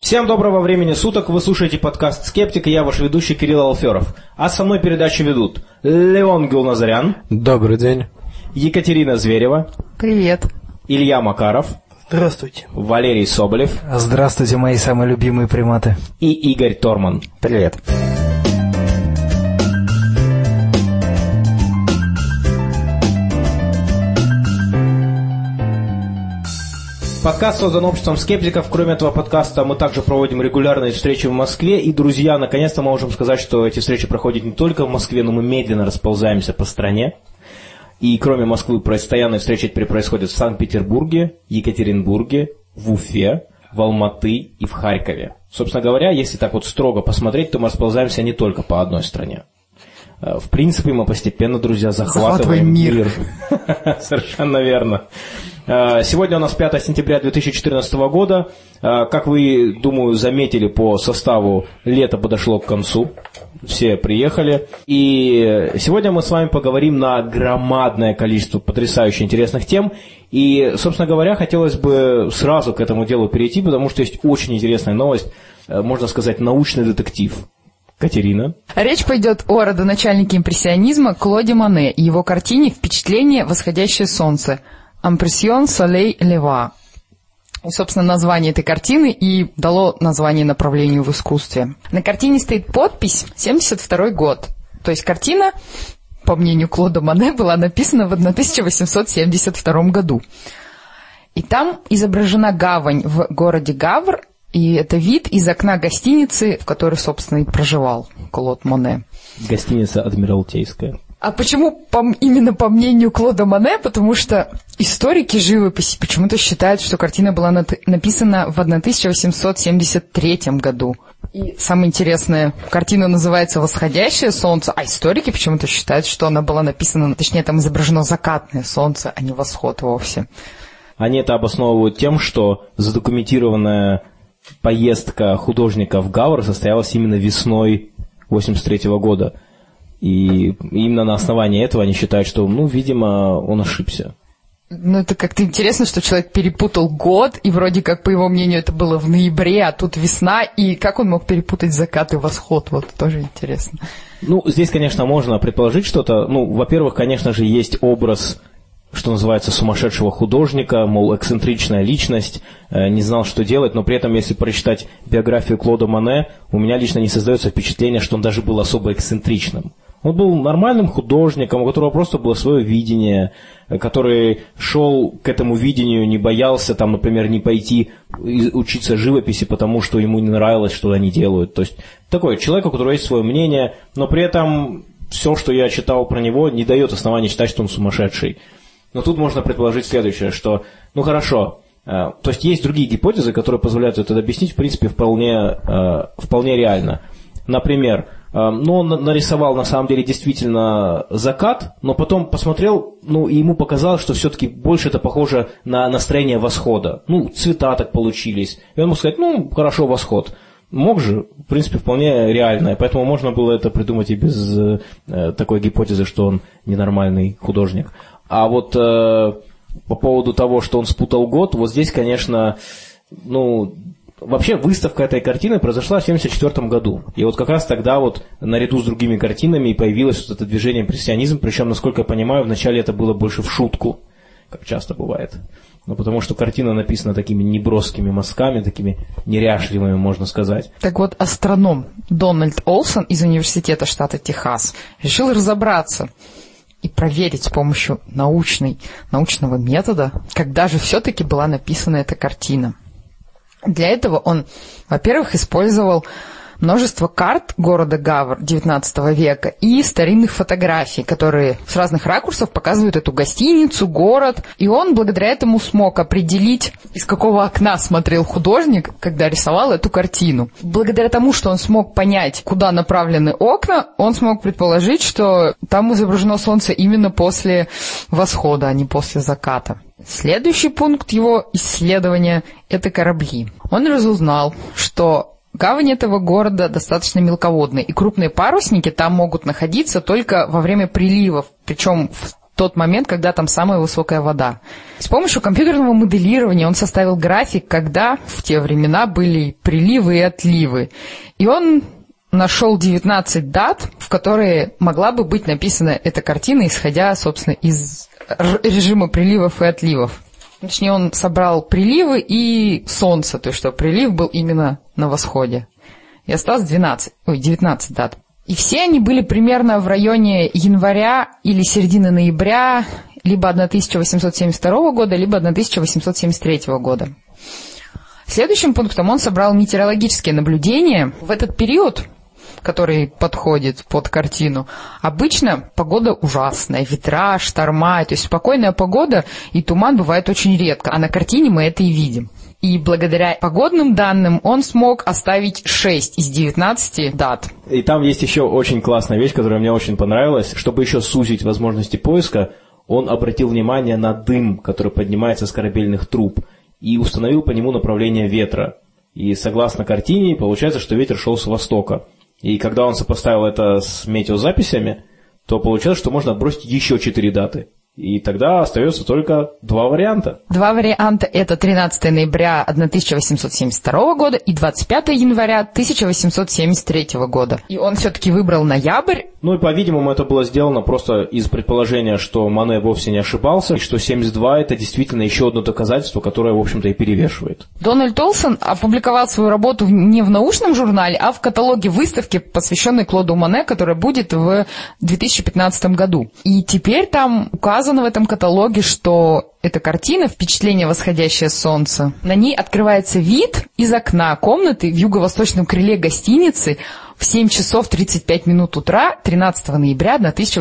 Всем доброго времени суток, вы слушаете подкаст «Скептик», и я ваш ведущий Кирилл Алферов. А со мной передачу ведут Леон Гулназарян. Добрый день. Екатерина Зверева. Привет. Илья Макаров. Здравствуйте. Валерий Соболев. Здравствуйте, мои самые любимые приматы. И Игорь Торман. Привет. Подкаст создан обществом скептиков. Кроме этого подкаста мы также проводим регулярные встречи в Москве. И, друзья, наконец-то мы можем сказать, что эти встречи проходят не только в Москве, но мы медленно расползаемся по стране. И кроме Москвы постоянные встречи теперь происходят в Санкт-Петербурге, Екатеринбурге, в Уфе, в Алматы и в Харькове. Собственно говоря, если так вот строго посмотреть, то мы расползаемся не только по одной стране. В принципе, мы постепенно, друзья, захватываем мир. Совершенно верно. Сегодня у нас 5 сентября 2014 года. Как вы, думаю, заметили по составу, лето подошло к концу. Все приехали. И сегодня мы с вами поговорим на громадное количество потрясающе интересных тем. И, собственно говоря, хотелось бы сразу к этому делу перейти, потому что есть очень интересная новость, можно сказать, научный детектив. Катерина. Речь пойдет о родоначальнике импрессионизма Клоде Моне и его картине «Впечатление. Восходящее солнце» «Impression Soleil Levant». И, собственно, название этой картины и дало название направлению в искусстве. На картине стоит подпись «72 год». То есть картина, по мнению Клода Моне, была написана в 1872 году. И там изображена гавань в городе Гавр, и это вид из окна гостиницы, в которой, собственно, и проживал Клод Моне. Гостиница «Адмиралтейская». А почему именно по мнению Клода Моне? Потому что историки живописи почему-то считают, что картина была написана в 1873 году. И самое интересное, картина называется «Восходящее солнце», а историки почему-то считают, что она была написана, точнее, там изображено закатное солнце, а не восход вовсе. Они это обосновывают тем, что задокументированная поездка художника в Гавр состоялась именно весной 1983 года. И именно на основании этого они считают, что, видимо, он ошибся. Ну, это как-то интересно, что человек перепутал год, и вроде как, по его мнению, это было в ноябре, а тут весна, и как он мог перепутать закат и восход, вот тоже интересно. Здесь, конечно, можно предположить что-то. Во-первых, конечно же, есть образ, что называется, сумасшедшего художника, мол, эксцентричная личность, не знал, что делать, но при этом, если прочитать биографию Клода Моне, у меня лично не создается впечатление, что он даже был особо эксцентричным. Он был нормальным художником, у которого просто было свое видение, который шел к этому видению, не боялся, например, не пойти учиться живописи, потому что ему не нравилось, что они делают. То есть такой человек, у которого есть свое мнение, но при этом все, что я читал про него, не дает оснований считать, что он сумасшедший. Но тут можно предположить следующее, что, хорошо, то есть есть другие гипотезы, которые позволяют это объяснить, в принципе, вполне реально. Например, он нарисовал на самом деле действительно закат, но потом посмотрел, и ему показалось, что все-таки больше это похоже на настроение восхода. Цвета так получились. И он мог сказать, хорошо, восход. Мог же, в принципе, вполне реально, поэтому можно было это придумать и без такой гипотезы, что он ненормальный художник. А вот по поводу того, что он спутал год, вот здесь, конечно, вообще выставка этой картины произошла в 1974 году. И вот как раз тогда наряду с другими картинами появилось это движение импрессионизм, причем, насколько я понимаю, вначале это было больше в шутку, как часто бывает. Потому что картина написана такими неброскими мазками, такими неряшливыми, можно сказать. Так вот, астроном Дональд Олсон из университета штата Техас решил разобраться и проверить с помощью научного метода, когда же все-таки была написана эта картина. Для этого он, во-первых, использовал множество карт города Гавр XIX века и старинных фотографий, которые с разных ракурсов показывают эту гостиницу, город. И он благодаря этому смог определить, из какого окна смотрел художник, когда рисовал эту картину. Благодаря тому, что он смог понять, куда направлены окна, он смог предположить, что там изображено солнце именно после восхода, а не после заката. Следующий пункт его исследования – это корабли. Он разузнал, что гавань этого города достаточно мелководная, и крупные парусники там могут находиться только во время приливов, причем в тот момент, когда там самая высокая вода. С помощью компьютерного моделирования он составил график, когда в те времена были приливы и отливы. И он нашел 19 дат, в которые могла бы быть написана эта картина, исходя, собственно, из режима приливов и отливов. Точнее, он собрал приливы и солнце, то есть что прилив был именно на восходе. И осталось 19 дат. И все они были примерно в районе января или середины ноября либо 1872 года, либо 1873 года. Следующим пунктом он собрал метеорологические наблюдения. В этот период, который подходит под картину, обычно погода ужасная, ветра, шторма, то есть спокойная погода и туман бывает очень редко, а на картине мы это и видим. И благодаря погодным данным он смог оставить 6 из 19 дат. И там есть еще очень классная вещь, которая мне очень понравилась. Чтобы еще сузить возможности поиска, он обратил внимание на дым, который поднимается с корабельных труб, и установил по нему направление ветра. И согласно картине, получается, что ветер шел с востока. И когда он сопоставил это с метеозаписями, то получилось, что можно отбросить еще 4 даты. И тогда остается только 2 варианта. 2 варианта – это 13 ноября 1872 года и 25 января 1873 года. И он все-таки выбрал ноябрь. Ну и, по-видимому, это было сделано просто из предположения, что Мане вовсе не ошибался, и что 72 – это действительно еще одно доказательство, которое, в общем-то, и перевешивает. Дональд Олсон опубликовал свою работу не в научном журнале, а в каталоге выставки, посвященной Клоду Мане, которая будет в 2015 году. И теперь там указано в этом каталоге, что эта картина «Впечатление восходящее солнце». На ней открывается вид из окна комнаты в юго-восточном крыле гостиницы в 7 часов 35 минут утра 13 ноября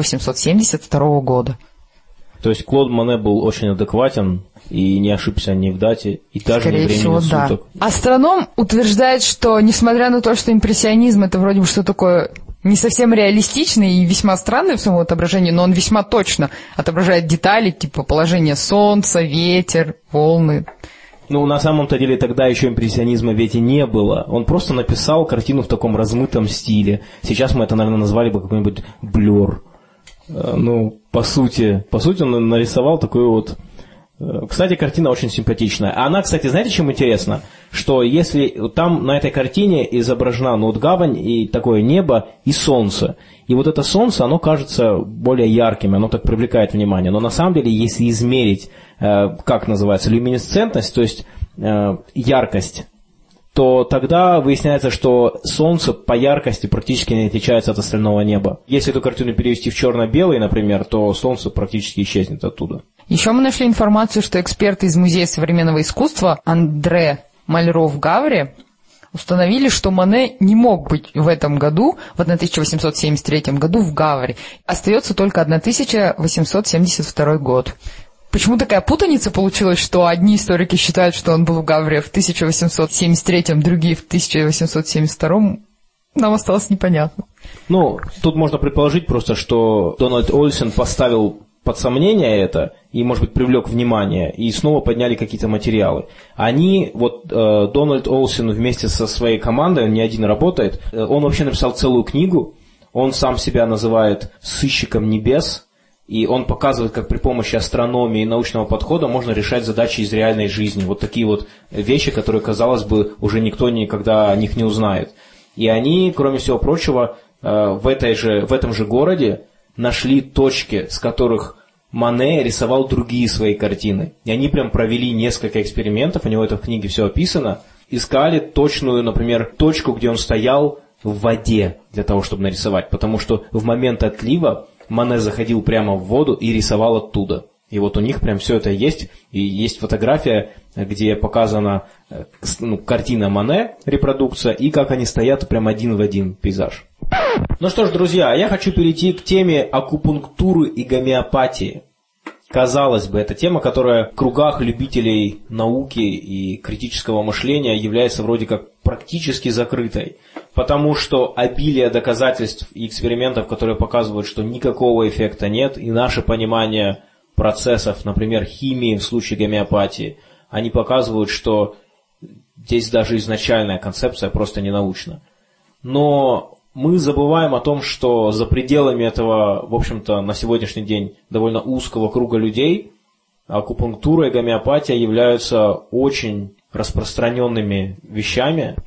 1872 года. То есть Клод Мане был очень адекватен и не ошибся ни в дате, и даже Скорее не времени всего, суток. Да. Астроном утверждает, что, несмотря на то, что импрессионизм — это вроде бы что такое не совсем реалистичное и весьма странное в своем отображении, но он весьма точно отображает детали, типа положение солнца, ветер, волны. Ну, на самом-то деле тогда еще импрессионизма ведь и не было. Он просто написал картину в таком размытом стиле. Сейчас мы это, наверное, назвали бы какой-нибудь блер. Ну, по сути он нарисовал такую вот... Кстати, картина очень симпатичная. Она, кстати, знаете, чем интересно? Что если там на этой картине изображена вот гавань и такое небо и солнце. И вот это солнце, оно кажется более ярким, оно так привлекает внимание. Но на самом деле, если измерить, как называется, люминесцентность, то есть яркость, то тогда выясняется, что солнце по яркости практически не отличается от остального неба. Если эту картину перевести в черно-белый, например, то солнце практически исчезнет оттуда. Еще мы нашли информацию, что эксперты из Музея современного искусства Андре Мальро в Гавре установили, что Мане не мог быть в этом году, в 1873 году в Гавре. Остается только 1872 год. Почему такая путаница получилась, что одни историки считают, что он был в Гавре в 1873, другие в 1872, нам осталось непонятно. Ну, тут можно предположить просто, что Дональд Олсон поставил под сомнение это и, может быть, привлек внимание, и снова подняли какие-то материалы. Дональд Олсон вместе со своей командой, он не один работает, он вообще написал целую книгу, он сам себя называет «сыщиком небес», и он показывает, как при помощи астрономии и научного подхода можно решать задачи из реальной жизни. Вот такие вот вещи, которые, казалось бы, уже никто никогда о них не узнает. И они, кроме всего прочего, в этом же городе нашли точки, с которых Мане рисовал другие свои картины. И они прям провели несколько экспериментов, у него это в книге все описано. Искали точную, например, точку, где он стоял в воде для того, чтобы нарисовать. Потому что в момент отлива Мане заходил прямо в воду и рисовал оттуда. И вот у них прям все это есть. И есть фотография, где показана картина Мане, репродукция, и как они стоят прям один в один пейзаж. Ну что ж, друзья, я хочу перейти к теме акупунктуры и гомеопатии. Казалось бы, это тема, которая в кругах любителей науки и критического мышления является вроде как практически закрытой, потому что обилие доказательств и экспериментов, которые показывают, что никакого эффекта нет, и наше понимание процессов, например, химии в случае гомеопатии, они показывают, что здесь даже изначальная концепция просто не научна. Но мы забываем о том, что за пределами этого, в общем-то, на сегодняшний день довольно узкого круга людей акупунктура и гомеопатия являются очень распространенными вещами,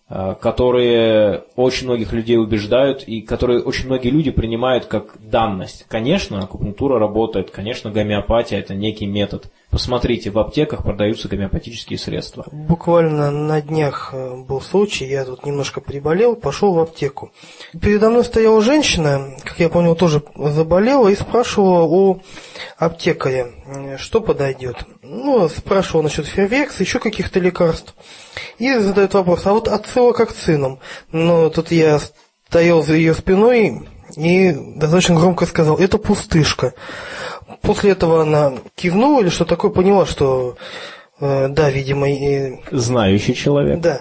которые очень многих людей убеждают и которые очень многие люди принимают как данность. Конечно, акупунктура работает, конечно, гомеопатия – это некий метод. Посмотрите, в аптеках продаются гомеопатические средства. Буквально на днях был случай, я тут немножко приболел, пошел в аптеку. Передо мной стояла женщина, как я понял, тоже заболела, и спрашивала у аптекаря, что подойдет. Ну, спрашивала насчет фервекса, еще каких-то лекарств. И задает вопрос, а вот от цилококцином. Но тут я стоял за ее спиной и достаточно громко сказал, это пустышка. После этого она кивнула или что такое, поняла, что да, видимо... Знающий человек. Да.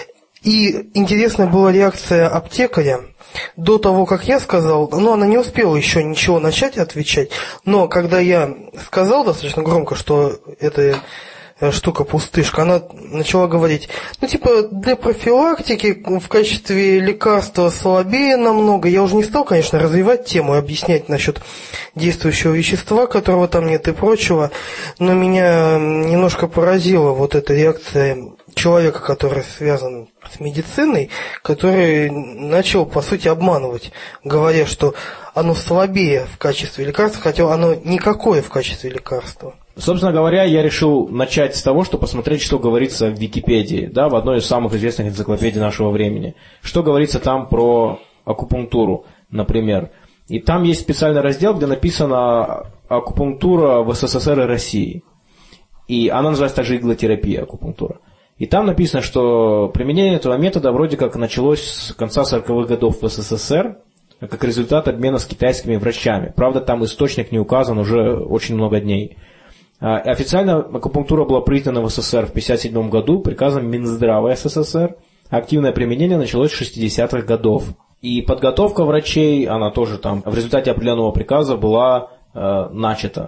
И интересная была реакция аптекаря. До того, как я сказал, она не успела еще ничего начать отвечать, но когда я сказал достаточно громко, что это штука пустышка, она начала говорить, для профилактики в качестве лекарства слабее намного. Я уже не стал, конечно, развивать тему и объяснять насчет действующего вещества, которого там нет и прочего, но меня немножко поразила вот эта реакция человека, который связан с медициной, который начал, по сути, обманывать, говоря, что оно слабее в качестве лекарства, хотя оно никакое в качестве лекарства. Собственно говоря, я решил начать с того, что посмотреть, что говорится в Википедии, да, в одной из самых известных энциклопедий нашего времени. Что говорится там про акупунктуру, например. И там есть специальный раздел, где написано «Акупунктура в СССР и России». И она называется также иглотерапия, акупунктура. И там написано, что применение этого метода вроде как началось с конца 40-х годов в СССР, как результат обмена с китайскими врачами. Правда, там источник не указан уже очень много дней. Официально акупунктура была признана в СССР в 1957 году приказом Минздрава СССР. Активное применение началось с 60-х годов. И подготовка врачей, она тоже там в результате определенного приказа была начата.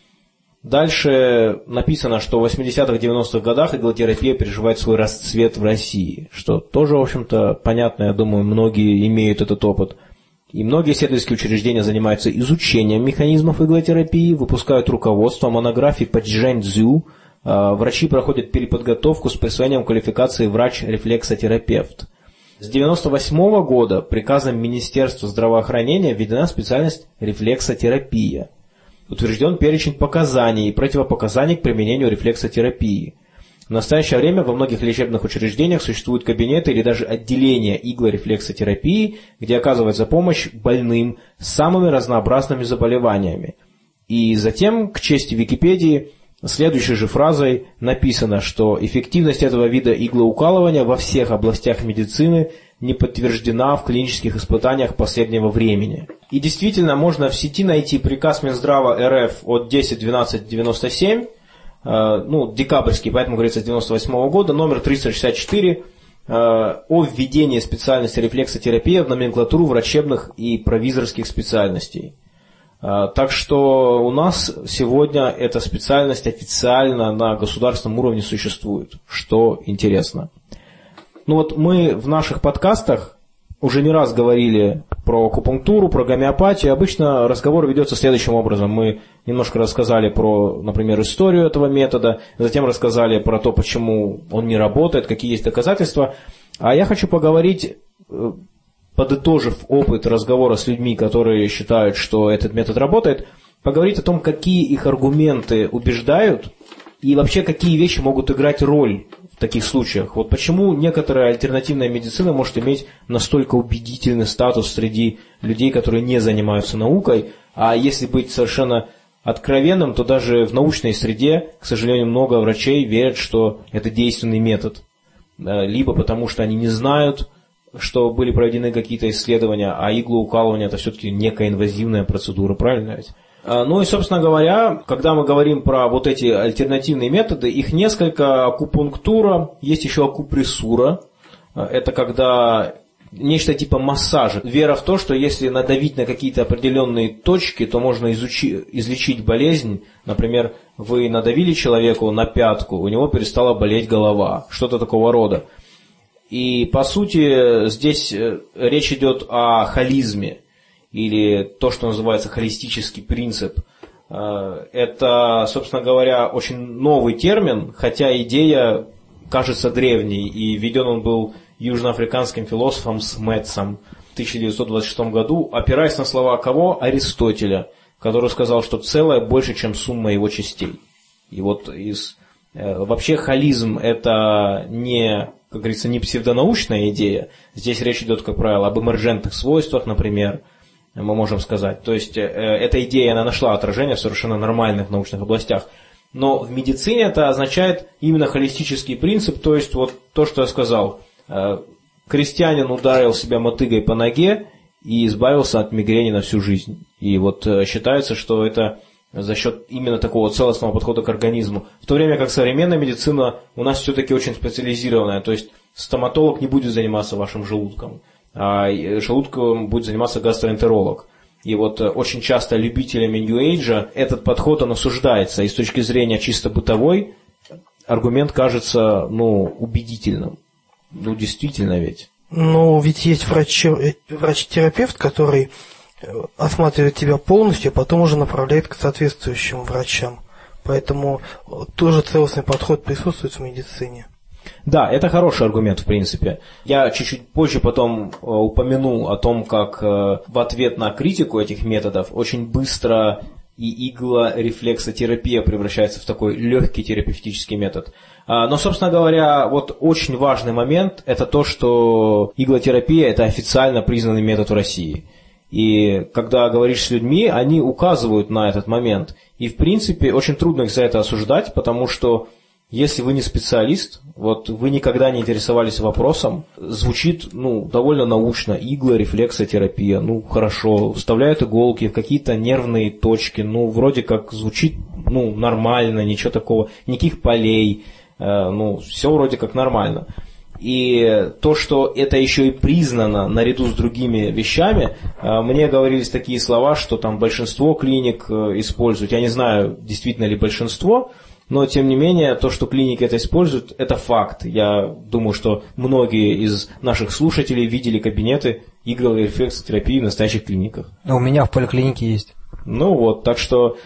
Дальше написано, что в 80-х, 90-х годах иглотерапия переживает свой расцвет в России, что тоже, в общем-то, понятно, я думаю, многие имеют этот опыт. И многие исследовательские учреждения занимаются изучением механизмов иглотерапии, выпускают руководство, монографии по чжэньцзю. Врачи проходят переподготовку с присвоением квалификации врач-рефлексотерапевт. С 1998 года приказом Министерства здравоохранения введена специальность рефлексотерапия. Утвержден перечень показаний и противопоказаний к применению рефлексотерапии. В настоящее время во многих лечебных учреждениях существуют кабинеты или даже отделения иглорефлексотерапии, где оказывается помощь больным с самыми разнообразными заболеваниями. И затем, к чести Википедии, следующей же фразой написано, что эффективность этого вида иглоукалывания во всех областях медицины не подтверждена в клинических испытаниях последнего времени. И действительно, можно в сети найти приказ Минздрава РФ от 10.12.97, декабрьский, поэтому говорится с 1998 года, номер 364, о введении специальности рефлексотерапия в номенклатуру врачебных и провизорских специальностей. Так что у нас сегодня эта специальность официально на государственном уровне существует, что интересно. Мы в наших подкастах уже не раз говорили про акупунктуру, про гомеопатию. Обычно разговор ведется следующим образом. Мы немножко рассказали про, например, историю этого метода, затем рассказали про то, почему он не работает, какие есть доказательства. А я хочу поговорить, подытожив опыт разговора с людьми, которые считают, что этот метод работает, поговорить о том, какие их аргументы убеждают и вообще какие вещи могут играть роль в таких случаях. Вот почему некоторая альтернативная медицина может иметь настолько убедительный статус среди людей, которые не занимаются наукой, а если быть совершенно откровенным, то даже в научной среде, к сожалению, много врачей верят, что это действенный метод. Либо потому, что они не знают, что были проведены какие-то исследования, а иглоукалывание – это все-таки некая инвазивная процедура, правильно ведь? И, собственно говоря, когда мы говорим про вот эти альтернативные методы, их несколько: акупунктура, есть еще акупрессура. Это когда нечто типа массажа. Вера в то, что если надавить на какие-то определенные точки, то можно излечить болезнь. Например, вы надавили человеку на пятку, у него перестала болеть голова, что-то такого рода. И, по сути, здесь речь идет о холизме, или то, что называется холистический принцип. Это, собственно говоря, очень новый термин, хотя идея кажется древней, и введен он был южноафриканским философом Смэтсом в 1926 году, опираясь на слова кого? Аристотеля, который сказал, что целое больше, чем сумма его частей. И вот вообще холизм – это не, как говорится, не псевдонаучная идея. Здесь речь идет, как правило, об эмерджентных свойствах, например, мы можем сказать. То есть эта идея, она нашла отражение в совершенно нормальных научных областях. Но в медицине это означает именно холистический принцип, то есть вот то, что я сказал. Крестьянин ударил себя мотыгой по ноге и избавился от мигрени на всю жизнь. И вот считается, что это за счет именно такого целостного подхода к организму. В то время как современная медицина у нас все-таки очень специализированная, то есть стоматолог не будет заниматься вашим желудком, а желудком будет заниматься гастроэнтеролог. И вот очень часто любителями New Age этот подход, он осуждается. И с точки зрения чисто бытовой, аргумент кажется, убедительным. Действительно ведь. Ведь есть врач-терапевт, который осматривает тебя полностью, а потом уже направляет к соответствующим врачам. Поэтому тоже целостный подход присутствует в медицине. Да, это хороший аргумент, в принципе. Я чуть-чуть позже потом упомяну о том, как в ответ на критику этих методов очень быстро и иглорефлексотерапия превращается в такой легкий терапевтический метод. Но, собственно говоря, вот очень важный момент – это то, что иглотерапия – это официально признанный метод в России. И когда говоришь с людьми, они указывают на этот момент. И, в принципе, очень трудно их за это осуждать, потому что если вы не специалист, вот вы никогда не интересовались вопросом, звучит, довольно научно, иглорефлексотерапия, хорошо, вставляют иголки в какие-то нервные точки, вроде как звучит, нормально, ничего такого, никаких полей, все вроде как нормально. И то, что это еще и признано наряду с другими вещами, мне говорились такие слова, что там большинство клиник используют, я не знаю, действительно ли большинство, но, тем не менее, то, что клиники это используют, это факт. Я думаю, что многие из наших слушателей видели кабинеты иглорефлексотерапии в настоящих клиниках. У меня в поликлинике есть. Так что,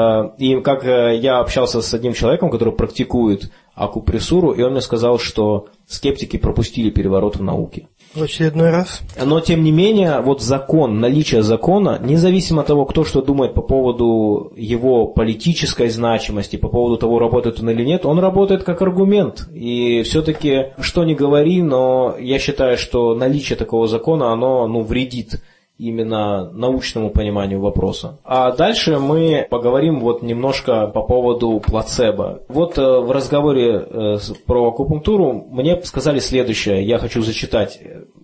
и как я общался с одним человеком, который практикует акупрессуру, и он мне сказал, что скептики пропустили переворот в науке. В очередной раз. Но, тем не менее, вот закон, наличие закона, независимо от того, кто что думает по поводу его политической значимости, по поводу того, работает он или нет, он работает как аргумент. И все-таки, что ни говори, но я считаю, что наличие такого закона, оно, вредит именно научному пониманию вопроса. А дальше мы поговорим немножко по поводу плацебо. В разговоре про акупунктуру мне сказали следующее, я хочу зачитать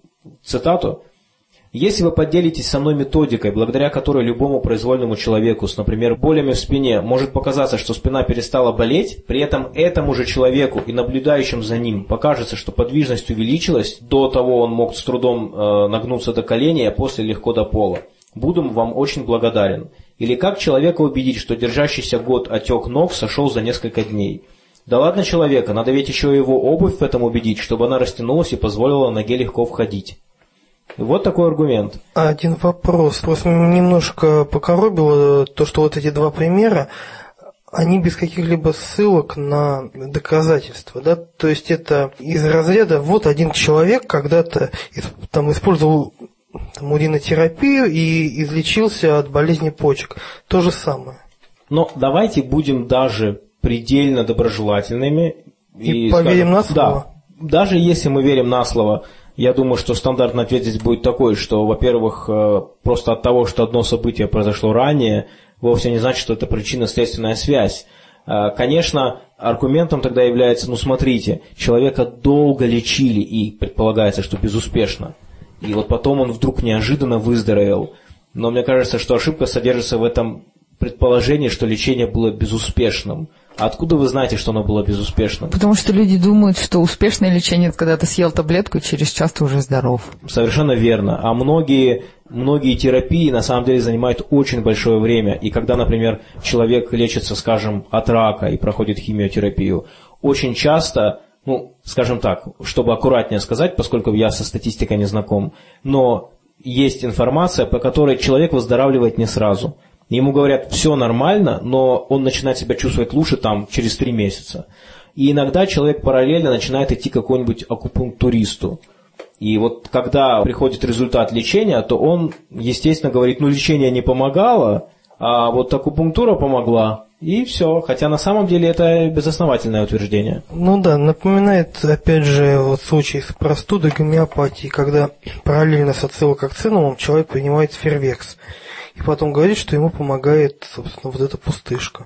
цитату. «Если вы поделитесь со мной методикой, благодаря которой любому произвольному человеку с, например, болями в спине может показаться, что спина перестала болеть, при этом этому же человеку и наблюдающим за ним покажется, что подвижность увеличилась, до того он мог с трудом нагнуться до колени, а после легко до пола. Буду вам очень благодарен. Или как человека убедить, что держащийся год отек ног сошел за несколько дней? Да ладно человека, надо ведь еще его обувь в этом убедить, чтобы она растянулась и позволила ноге легко входить». Вот такой аргумент. Один вопрос. Просто немножко покоробило то, что вот эти два примера, они без каких-либо ссылок на доказательства, да? То есть это из разряда вот один человек когда-то использовал уринотерапию и излечился от болезни почек. То же самое. Но давайте будем даже предельно доброжелательными. И поверим на слово. Да, даже если мы верим на слово, я думаю, что стандартный ответ здесь будет такой, что, во-первых, просто от того, что одно событие произошло ранее, вовсе не значит, что это причинно-следственная связь. Конечно, аргументом тогда является, смотрите, человека долго лечили и предполагается, что безуспешно. И вот потом он вдруг неожиданно выздоровел. Но мне кажется, что ошибка содержится в этом предположении, что лечение было безуспешным. А откуда вы знаете, что оно было безуспешным? Потому что люди думают, что успешное лечение – это когда ты съел таблетку и через час ты уже здоров. Совершенно верно. А многие терапии на самом деле занимают очень большое время. И когда, например, человек лечится, скажем, от рака и проходит химиотерапию, очень часто ну, скажем так, чтобы аккуратнее сказать, поскольку я со статистикой не знаком, но есть информация, по которой человек выздоравливает не сразу. Ему говорят, все нормально, но он начинает себя чувствовать лучше там через 3 месяца. И иногда человек параллельно начинает идти к какому-нибудь акупунктуристу. И вот когда приходит результат лечения, то он, естественно, говорит, ну лечение не помогало, а вот акупунктура помогла. И все. Хотя на самом деле это безосновательное утверждение. Ну да, напоминает, опять же, вот случай с простудой гомеопатии, когда параллельно с ациллококцинумом человек принимает фервекс. И потом говорит, что ему помогает, собственно, вот эта пустышка.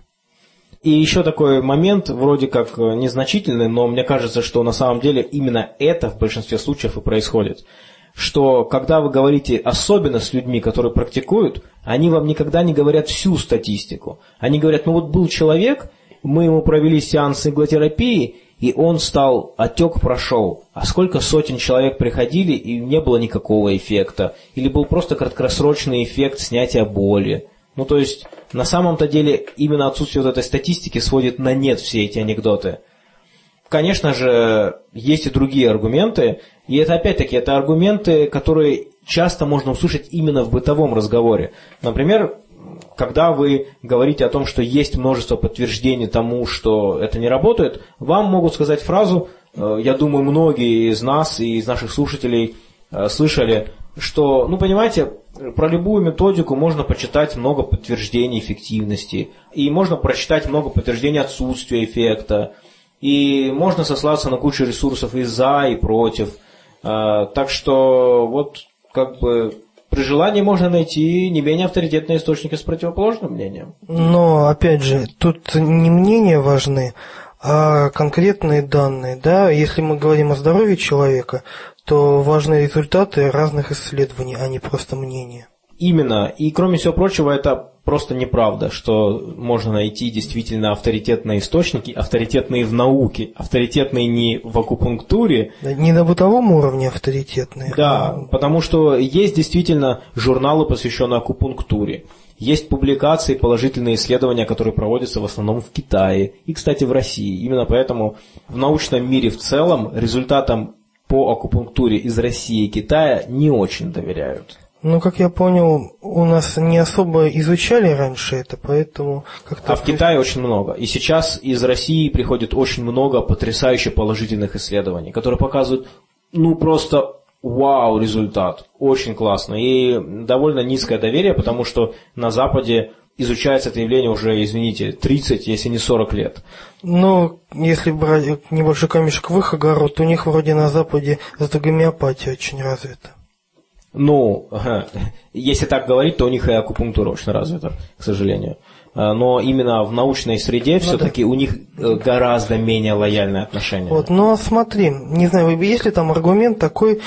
И еще такой момент, вроде как незначительный, но мне кажется, что на самом деле именно это в большинстве случаев и происходит. Что когда вы говорите, особенно с людьми, которые практикуют, они вам никогда не говорят всю статистику. Они говорят, ну вот был человек, мы ему провели сеанс иглотерапии, и он стал, отек прошел. А сколько сотен человек приходили, и не было никакого эффекта. Или был просто краткосрочный эффект снятия боли. Ну, то есть, на самом-то деле, именно отсутствие вот этой статистики сводит на нет все эти анекдоты. Конечно же, есть и другие аргументы, и это, опять-таки, это аргументы, которые часто можно услышать именно в бытовом разговоре. Например, когда вы говорите о том, что есть множество подтверждений тому, что это не работает, вам могут сказать фразу, я думаю, многие из нас и из наших слушателей слышали, что, ну, понимаете, про любую методику можно почитать много подтверждений эффективности, и можно прочитать много подтверждений отсутствия эффекта, и можно сослаться на кучу ресурсов и за, и против. Так что, вот, как бы, при желании можно найти не менее авторитетные источники с противоположным мнением. Но, опять же, тут не мнения важны, а конкретные данные. Да? Если мы говорим о здоровье человека, то важны результаты разных исследований, а не просто мнения. Именно. И, кроме всего прочего, это просто неправда, что можно найти действительно авторитетные источники, авторитетные в науке, авторитетные не в акупунктуре. Не на бытовом уровне авторитетные. Да, потому что есть действительно журналы, посвященные акупунктуре. Есть публикации, положительные исследования, которые проводятся в основном в Китае и, кстати, в России. Именно поэтому в научном мире в целом результатам по акупунктуре из России и Китая не очень доверяют. Ну, как я понял, у нас не особо изучали раньше это, поэтому как-то... А в Китае очень много. И сейчас из России приходит очень много потрясающе положительных исследований, которые показывают, ну, просто вау результат. Очень классно. И довольно низкое доверие, потому что на Западе изучается это явление уже, извините, 30, если не 40 лет. Ну, если брать небольшой камешек в их огород, у них вроде на Западе зато гомеопатия очень развита. Ну, если так говорить, то у них и акупунктура очень развита, к сожалению. Но именно в научной среде все-таки у них гораздо менее лояльное отношение. Вот, но смотри, не знаю, есть ли там аргумент такой,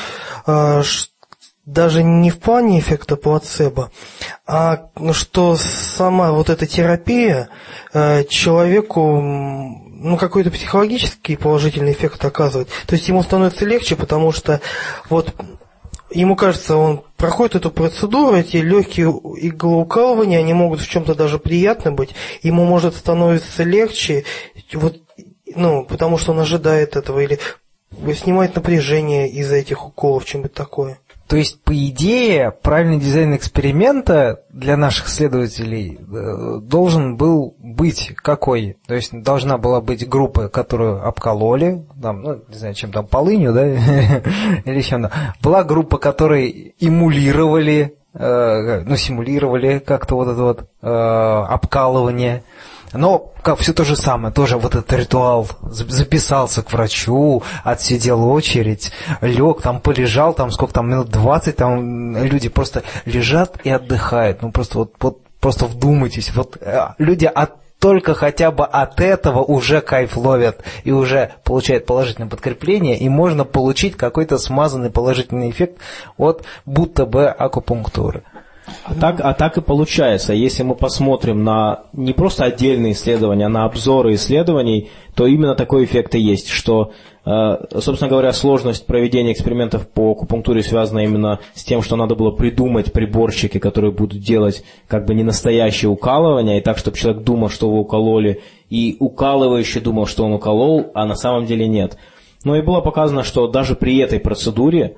даже не в плане эффекта плацебо, а что сама вот эта терапия человеку, ну, какой-то психологический положительный эффект оказывает. То есть ему становится легче, потому что вот ему кажется, он проходит эту процедуру, эти легкие иглоукалывания, они могут в чем-то даже приятны быть, ему может становиться легче, вот, ну, потому что он ожидает этого, или снимает напряжение из-за этих уколов, чем-то такое. То есть, по идее, правильный дизайн эксперимента для наших исследователей должен был быть какой? То есть, должна была быть группа, которую обкололи, там, ну, не знаю, чем там, полынью, да, или чем-то. Была группа, которой эмулировали, ну, симулировали как-то вот это вот обкалывание. Но как все то же самое, тоже вот этот ритуал, записался к врачу, отсидел очередь, лег, там полежал, там сколько там, минут 20, там люди просто лежат и отдыхают. Ну просто вот просто вдумайтесь, вот люди только хотя бы от этого уже кайф ловят и уже получают положительное подкрепление, и можно получить какой-то смазанный положительный эффект от будто бы акупунктуры. А так и получается. Если мы посмотрим на не просто отдельные исследования, а на обзоры исследований, то именно такой эффект и есть, что, собственно говоря, сложность проведения экспериментов по акупунктуре связана именно с тем, что надо было придумать приборчики, которые будут делать как бы не настоящее укалывание, и так, чтобы человек думал, что его укололи, и укалывающий думал, что он уколол, а на самом деле нет. Но и было показано, что даже при этой процедуре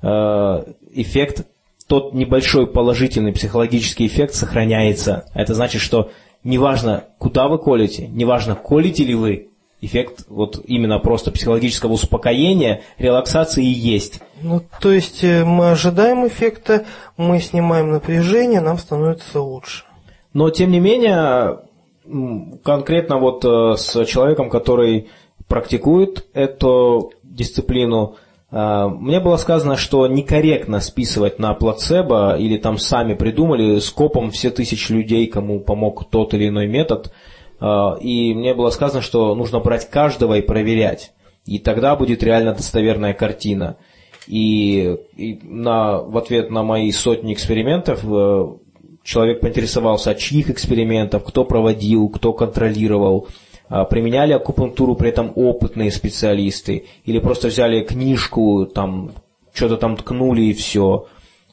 эффект, тот небольшой положительный психологический эффект сохраняется. Это значит, что неважно, куда вы колите, неважно, колите ли вы, эффект вот именно просто психологического успокоения, релаксации есть. Ну, то есть мы ожидаем эффекта, мы снимаем напряжение, нам становится лучше. Но, тем не менее, конкретно вот с человеком, который практикует эту дисциплину, мне было сказано, что некорректно списывать на плацебо или там сами придумали скопом все тысячи людей, кому помог тот или иной метод. И мне было сказано, что нужно брать каждого и проверять. И тогда будет реально достоверная картина. И в ответ на мои сотни экспериментов человек поинтересовался, от чьих экспериментов, кто проводил, кто контролировал. Применяли акупунктуру при этом опытные специалисты. Или просто взяли книжку, там что-то там ткнули и все.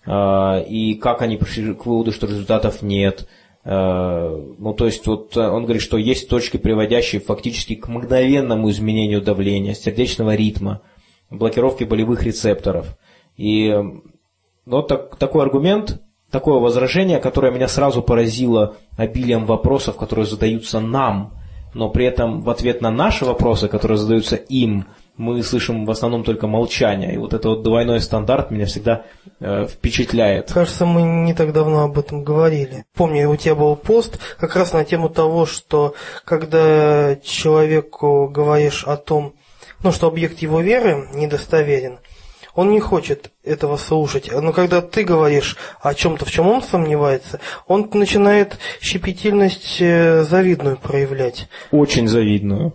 И как они пришли к выводу, что результатов нет. Ну, то есть, вот он говорит, что есть точки, приводящие фактически к мгновенному изменению давления, сердечного ритма, блокировки болевых рецепторов. И вот такой аргумент, такое возражение, которое меня сразу поразило обилием вопросов, которые задаются нам, но при этом в ответ на наши вопросы, которые задаются им, мы слышим в основном только молчание. И вот этот вот двойной стандарт меня всегда впечатляет. Кажется, мы не так давно об этом говорили. Помню, у тебя был пост как раз на тему того, что когда человеку говоришь о том, что объект его веры недостоверен, он не хочет этого слушать. Но когда ты говоришь о чем-то, в чем он сомневается, он начинает щепетильность завидную проявлять. Очень завидную.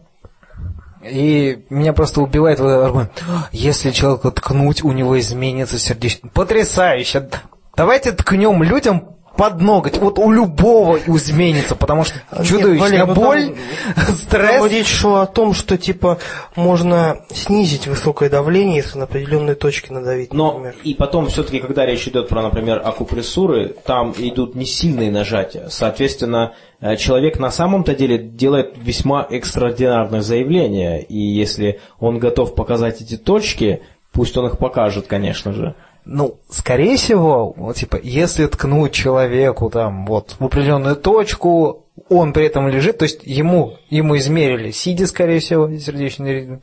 И меня просто убивает вот аргумент. Если человека ткнуть, у него изменится сердечко. Потрясающе! Давайте ткнем людям под ноготь. Вот у любого изменится, потому что чудовищная боль, стресс. Там речь шла о том, что можно снизить высокое давление, если на определенные точки надавить, например. Но и потом все-таки, когда речь идет про, например, акупрессуры, там идут не сильные нажатия. Соответственно, человек на самом-то деле делает весьма экстраординарное заявление. И если он готов показать эти точки, пусть он их покажет, конечно же. Скорее всего, если ткнуть человеку в определенную точку, он при этом лежит, то есть ему измерили, сидя, скорее всего, сердечный ритм,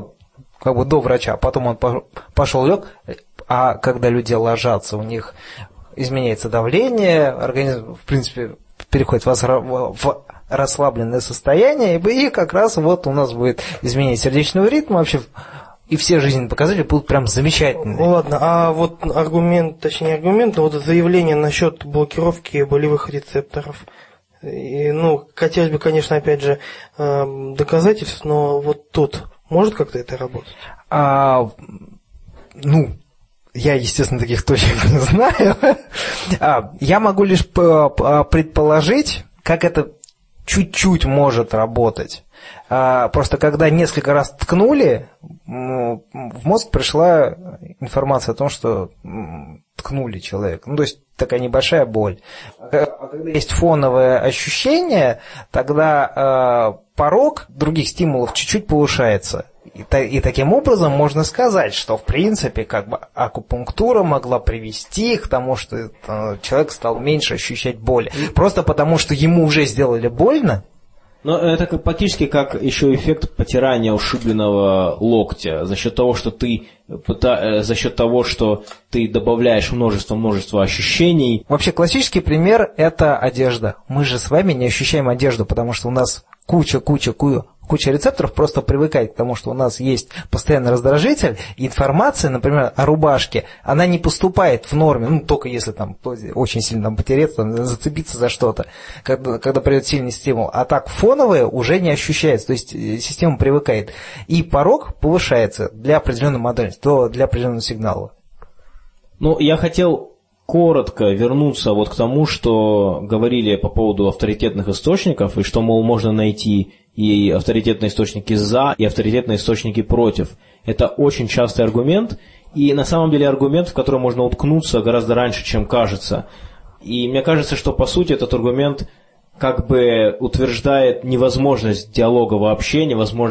до врача, потом он пошел лег, а когда люди ложатся, у них изменяется давление, организм, в принципе, переходит в расслабленное состояние, и как раз у нас будет изменение сердечного ритма, вообще. И все жизненные показатели будут прям замечательные. Ладно, а вот заявление насчет блокировки болевых рецепторов. И, хотелось бы, конечно, опять же, доказательств, но вот тут может как-то это работать? Я, естественно, таких точек не знаю. Я могу лишь предположить, как это чуть-чуть может работать. Просто когда несколько раз ткнули, в мозг пришла информация о том, что ткнули человека. То есть такая небольшая боль. А когда есть фоновое ощущение, тогда порог других стимулов чуть-чуть повышается. И таким образом можно сказать, что в принципе акупунктура могла привести к тому, что человек стал меньше ощущать боль. Просто потому, что ему уже сделали больно. Но это практически как еще эффект потирания ушибленного локтя за счет того, что ты добавляешь множество ощущений. Вообще классический пример – это одежда. Мы же с вами не ощущаем одежду, потому что у нас куча рецепторов просто привыкает к тому, что у нас есть постоянный раздражитель, и информация, например, о рубашке, она не поступает в норме, только если очень сильно потереться, зацепиться за что-то, когда придет сильный стимул. А так фоновое уже не ощущается, то есть система привыкает. И порог повышается для определенной модальности, для определенного сигнала. Я хотел коротко вернуться к тому, что говорили по поводу авторитетных источников, и что, можно найти и авторитетные источники за, и авторитетные источники против. Это очень частый аргумент, и на самом деле аргумент, в который можно уткнуться гораздо раньше, чем кажется. И мне кажется, что по сути этот аргумент утверждает невозможность диалога вообще, невозможность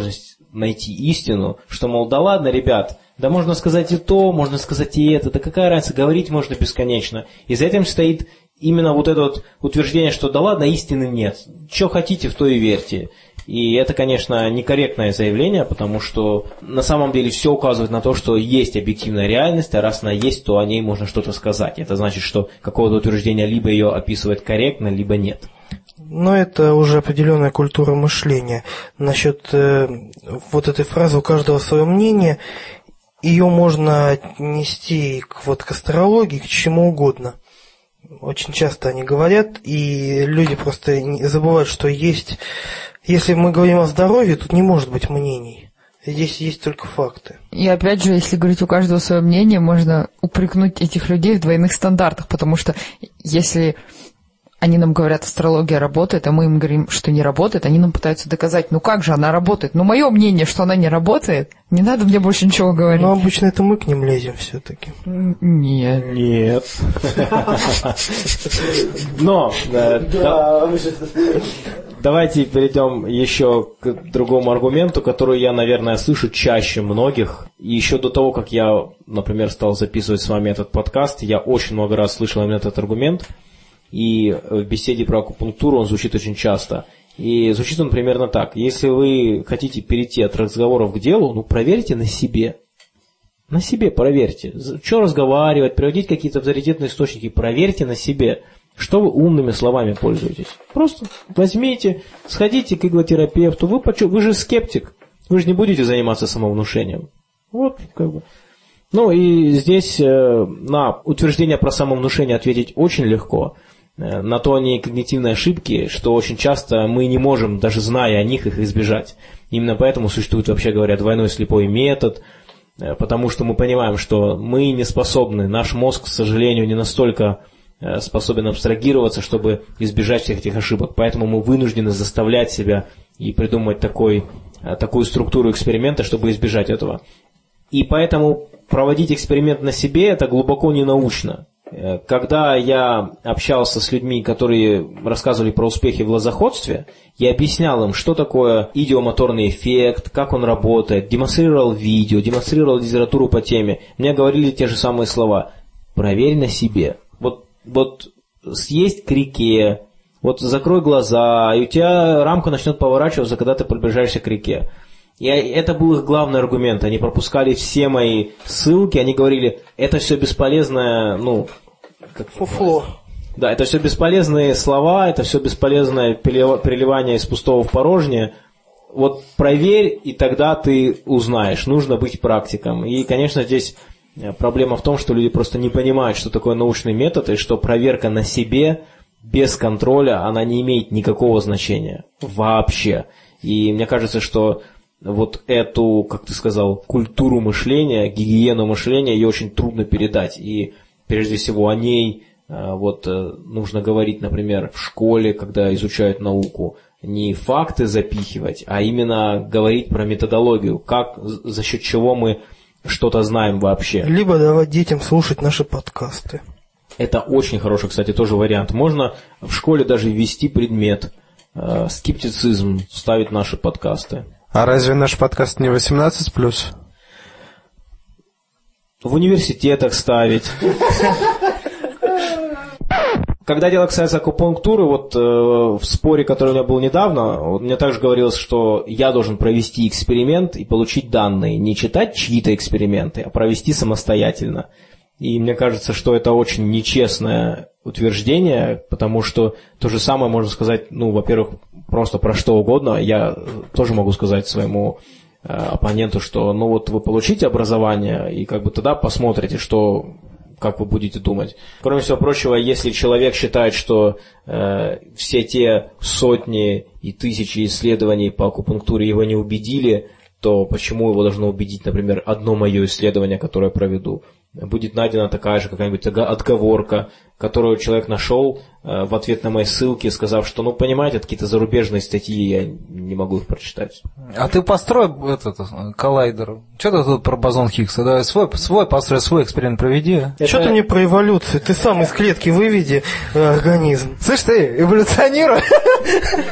найти истину, что, мол, да ладно, ребят, да можно сказать и то, можно сказать и это, да какая разница, говорить можно бесконечно. И за этим стоит именно вот это вот утверждение, что да ладно, истины нет, что хотите, в то и верьте. И это, конечно, некорректное заявление, потому что на самом деле все указывает на то, что есть объективная реальность, а раз она есть, то о ней можно что-то сказать. Это значит, что какое-то утверждение либо ее описывает корректно, либо нет. Но это уже определенная культура мышления. Насчет вот этой фразы «у каждого свое мнение», ее можно отнести к астрологии, к чему угодно. Очень часто они говорят, и люди просто забывают, что есть... Если мы говорим о здоровье, тут не может быть мнений. Здесь есть только факты. И опять же, если говорить у каждого свое мнение, можно упрекнуть этих людей в двойных стандартах, потому что если они нам говорят, астрология работает, а мы им говорим, что не работает, они нам пытаются доказать, ну как же она работает? Ну мое мнение, что она не работает, не надо мне больше ничего говорить. Но обычно это мы к ним лезем все-таки. Нет. Нет. Но давайте перейдем еще к другому аргументу, который я, наверное, слышу чаще многих. И еще до того, как я, например, стал записывать с вами этот подкаст, я очень много раз слышал именно этот аргумент. И в беседе про акупунктуру он звучит очень часто. И звучит он примерно так. Если вы хотите перейти от разговоров к делу, ну проверьте на себе. На себе проверьте. Что разговаривать, приводить какие-то авторитетные источники, проверьте на себе. Что вы умными словами пользуетесь. Просто возьмите, сходите к иглотерапевту. Вы же скептик. Вы же не будете заниматься самовнушением. Вот, как бы. Ну и здесь на утверждение про самовнушение ответить очень легко. На то они когнитивные ошибки, что очень часто мы не можем, даже зная о них, их избежать. Именно поэтому существует, вообще говоря, двойной слепой метод, потому что мы понимаем, что мы не способны, наш мозг, к сожалению, не настолько способен абстрагироваться, чтобы избежать всех этих ошибок. Поэтому мы вынуждены заставлять себя и придумать такую структуру эксперимента, чтобы избежать этого. И поэтому проводить эксперимент на себе – это глубоко ненаучно. Когда я общался с людьми, которые рассказывали про успехи в лозоходстве, я объяснял им, что такое идиомоторный эффект, как он работает, демонстрировал видео, демонстрировал литературу по теме. Мне говорили те же самые слова. Проверь на себе. Вот съесть к реке, вот закрой глаза, и у тебя рамка начнет поворачиваться, когда ты приближаешься к реке. И это был их главный аргумент. Они пропускали все мои ссылки, они говорили, это все бесполезное, фуфло. Да, это все бесполезные слова, это все бесполезное переливание из пустого в порожнее. Вот проверь, и тогда ты узнаешь. Нужно быть практиком. И, конечно, здесь проблема в том, что люди просто не понимают, что такое научный метод, и что проверка на себе без контроля, она не имеет никакого значения вообще. И мне кажется, что вот эту, как ты сказал, культуру мышления, гигиену мышления, ее очень трудно передать. И прежде всего о ней нужно говорить, например, в школе, когда изучают науку. Не факты запихивать, а именно говорить про методологию, за счет чего мы что-то знаем вообще. Либо давать детям слушать наши подкасты. Это очень хороший, кстати, тоже вариант. Можно в школе даже ввести предмет скептицизм, ставить наши подкасты. А разве наш подкаст не 18+? В университетах ставить. Когда дело касается акупунктуры, в споре, который у меня был недавно, мне также говорилось, что я должен провести эксперимент и получить данные. Не читать чьи-то эксперименты, а провести самостоятельно. И мне кажется, что это очень нечестное утверждение, потому что то же самое можно сказать, во-первых, просто про что угодно. Я тоже могу сказать своему оппоненту, что вы получите образование, и тогда посмотрите, как вы будете думать. Кроме всего прочего, если человек считает, что все те сотни и тысячи исследований по акупунктуре его не убедили, то почему его должно убедить, например, одно мое исследование, которое я проведу? Будет найдена такая же какая-нибудь отговорка, которую человек нашел в ответ на мои ссылки, сказав, что, понимаете, какие-то зарубежные статьи, я не могу их прочитать. А ты построй коллайдер. Что ты тут про бозон Хиггса? Давай свой построй, свой эксперимент проведи. Что ты мне про эволюцию? Ты сам из клетки выведи организм. Слышь ты, эволюционируй.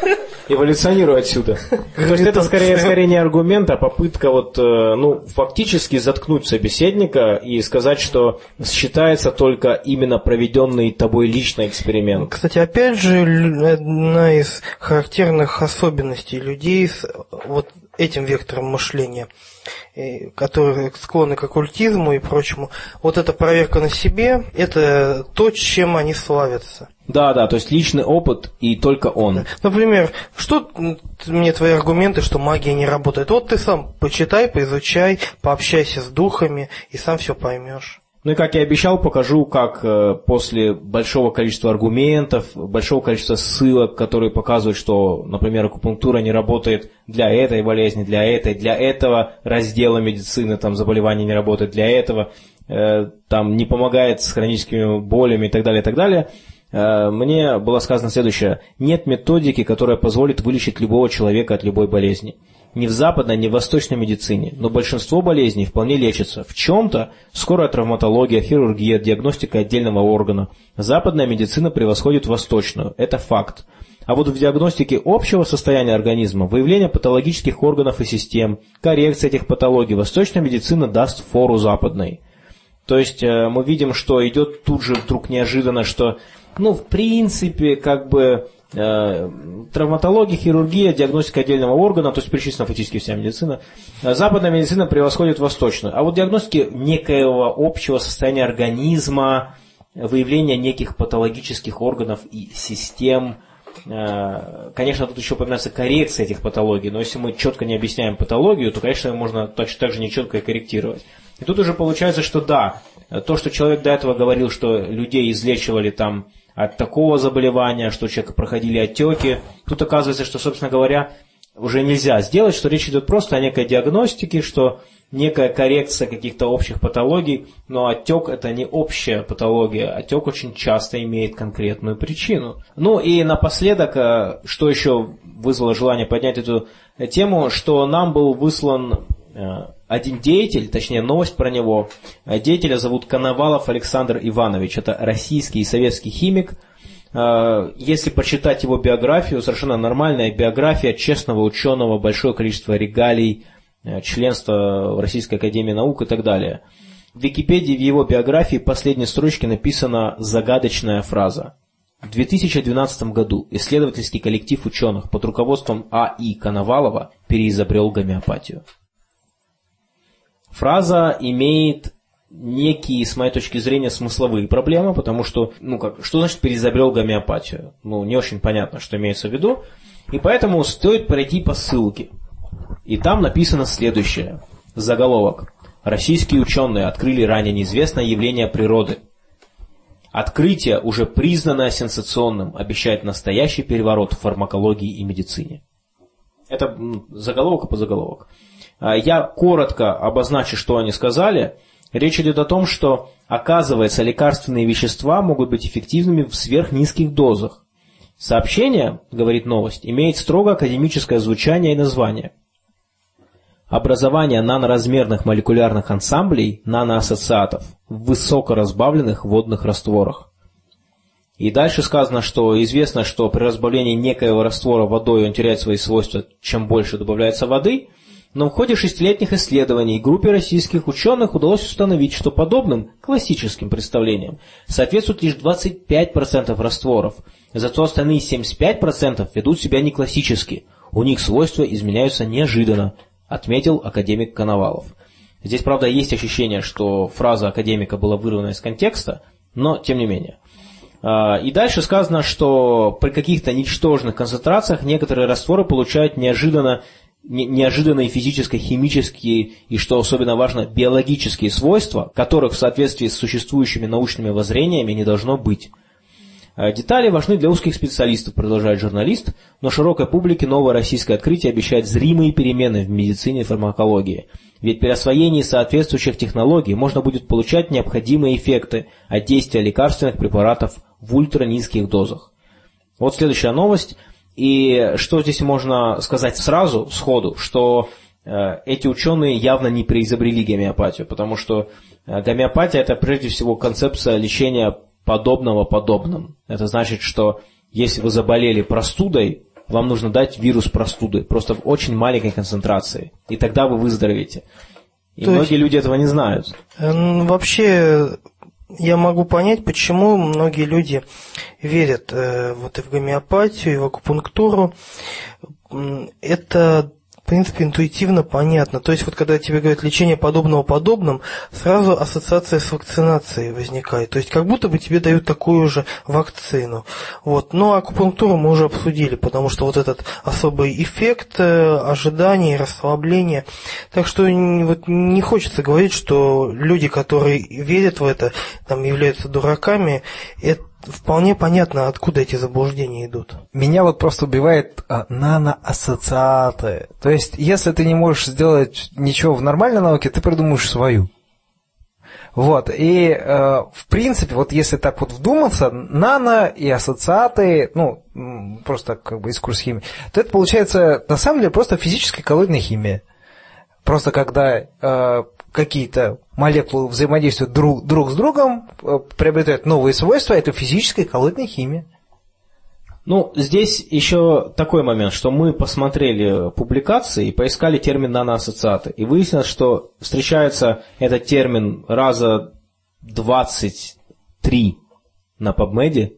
эволюционирую отсюда. То есть это скорее не аргумент, а попытка фактически заткнуть собеседника и сказать, что считается только именно проведенный тобой лично эксперимент. Кстати, опять же, одна из характерных особенностей людей с вот этим вектором мышления, которые склонны к оккультизму и прочему, вот эта проверка на себе, это то, чем они славятся. Да, то есть личный опыт и только он. Например, что мне твои аргументы, что магия не работает? Вот ты сам почитай, поизучай, пообщайся с духами и сам все поймешь. Ну и как я обещал, покажу, как после большого количества аргументов, большого количества ссылок, которые показывают, что, например, акупунктура не работает для этой болезни, для этого раздела медицины, там заболевания не работает, для этого, там не помогает с хроническими болями и так далее, мне было сказано следующее. Нет методики, которая позволит вылечить любого человека от любой болезни. Ни в западной, ни в восточной медицине, но большинство болезней вполне лечится. В чем-то скорая травматология, хирургия, диагностика отдельного органа. Западная медицина превосходит восточную. Это факт. А вот в диагностике общего состояния организма, выявление патологических органов и систем, коррекция этих патологий, восточная медицина даст фору западной. То есть мы видим, что идет тут же вдруг неожиданно, что, в принципе, травматология, хирургия, диагностика отдельного органа, то есть перечислена фактически вся медицина. Западная медицина превосходит восточную. А вот диагностики некоего общего состояния организма, выявления неких патологических органов и систем, конечно, тут еще упоминается коррекция этих патологий, но если мы четко не объясняем патологию, то, конечно, можно так же нечетко и корректировать. И тут уже получается, что да, то, что человек до этого говорил, что людей излечивали там от такого заболевания, что у человека проходили отеки, тут оказывается, что, собственно говоря, уже нельзя сделать, что речь идет просто о некой диагностике, что некая коррекция каких-то общих патологий, но отек – это не общая патология, отек очень часто имеет конкретную причину. Ну и напоследок, что еще вызвало желание поднять эту тему, что нам был выслан один деятель, точнее новость про него. Деятеля зовут Коновалов Александр Иванович, это российский и советский химик. Если почитать его биографию, совершенно нормальная биография честного ученого, большое количество регалий, членство в Российской академии наук и так далее. В Википедии в его биографии в последней строчке написана загадочная фраза. В 2012 году исследовательский коллектив ученых под руководством А.И. Коновалова переизобрел гомеопатию. Фраза имеет некие, с моей точки зрения, смысловые проблемы, потому что, что значит переизобрел гомеопатию? Не очень понятно, что имеется в виду, и поэтому стоит пройти по ссылке. И там написано следующее. Заголовок. Российские ученые открыли ранее неизвестное явление природы. Открытие, уже признанное сенсационным, обещает настоящий переворот в фармакологии и медицине. Это заголовок и подзаголовок. Я коротко обозначу, что они сказали. Речь идет о том, что, оказывается, лекарственные вещества могут быть эффективными в сверхнизких дозах. Сообщение, говорит новость, имеет строго академическое звучание и название. Образование наноразмерных молекулярных ансамблей, наноассоциатов, в высокоразбавленных водных растворах. И дальше сказано, что известно, что при разбавлении некоего раствора водой он теряет свои свойства, чем больше добавляется воды, но в ходе 6-летних исследований группе российских ученых удалось установить, что подобным классическим представлениям соответствует лишь 25% растворов, зато остальные 75% ведут себя не классически, у них свойства изменяются неожиданно, отметил академик Коновалов. Здесь, правда, есть ощущение, что фраза академика была вырвана из контекста, но тем не менее. И дальше сказано, что при каких-то ничтожных концентрациях некоторые растворы получают неожиданные физические, химические и, что особенно важно, биологические свойства, которых в соответствии с существующими научными воззрениями не должно быть. Детали важны для узких специалистов, продолжает журналист, но широкой публике новое российское открытие обещает зримые перемены в медицине и фармакологии. Ведь при освоении соответствующих технологий можно будет получать необходимые эффекты от действия лекарственных препаратов в ультранизких дозах. Вот следующая новость. И что здесь можно сказать сразу, сходу, что эти ученые явно не преизобрели гомеопатию, потому что гомеопатия – это прежде всего концепция лечения подобного подобным. Это значит, что если вы заболели простудой, вам нужно дать вирус простуды, просто в очень маленькой концентрации, и тогда вы выздоровеете. И многие люди этого не знают. Вообще, я могу понять, почему многие люди верят вот и в гомеопатию, и в акупунктуру. Это, в принципе, интуитивно понятно. То есть, вот когда тебе говорят лечение подобного подобным, сразу ассоциация с вакцинацией возникает. То есть, как будто бы тебе дают такую же вакцину. Вот. Но акупунктуру мы уже обсудили, потому что вот этот особый эффект ожидания, расслабления. Так что вот не хочется говорить, что люди, которые верят в это, там, являются дураками. Это вполне понятно, откуда эти заблуждения идут. Меня вот просто убивает наноассоциаты. То есть, если ты не можешь сделать ничего в нормальной науке, ты придумаешь свою. Вот, и в принципе, вот если так вот вдуматься, нано и ассоциаты, ну, просто как бы из курса химии, то это получается, на самом деле, просто физическая коллоидная химия. Просто когда какие-то молекулы взаимодействуют друг с другом, приобретают новые свойства, это физическая коллоидная химия. Ну, здесь еще такой момент, что мы посмотрели публикации и поискали термин наноассоциаты. И выяснилось, что встречается этот термин раза 23 на PubMed,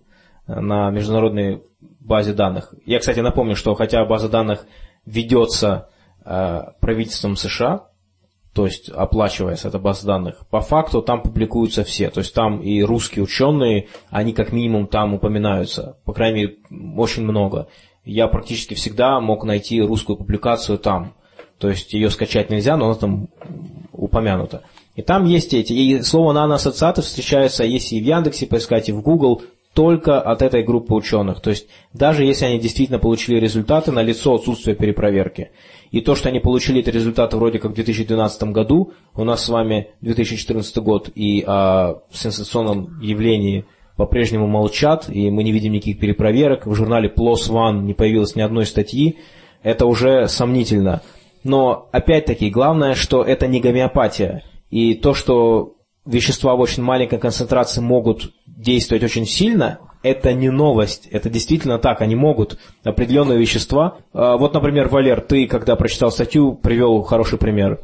на международной базе данных. Я, кстати, напомню, что хотя база данных ведется правительством США, то есть оплачивается эта база данных, по факту там публикуются все. То есть там и русские ученые, они как минимум там упоминаются. По крайней мере, очень много. Я практически всегда мог найти русскую публикацию там. То есть ее скачать нельзя, но она там упомянута. И там есть эти. И слово наноассоциаты встречается, если и в Яндексе поискать, и в Google, только от этой группы ученых. То есть даже если они действительно получили результаты, налицо отсутствие перепроверки. И то, что они получили эти результаты вроде как в 2012 году, у нас с вами 2014 год, и о сенсационном явлении по-прежнему молчат, и мы не видим никаких перепроверок. В журнале PLOS ONE не появилось ни одной статьи. Это уже сомнительно. Но, опять-таки, главное, что это не гомеопатия. И то, что вещества в очень маленькой концентрации могут действовать очень сильно, это не новость, это действительно так, они могут определенные вещества. Вот, например, Валер, ты, когда прочитал статью, привел хороший пример.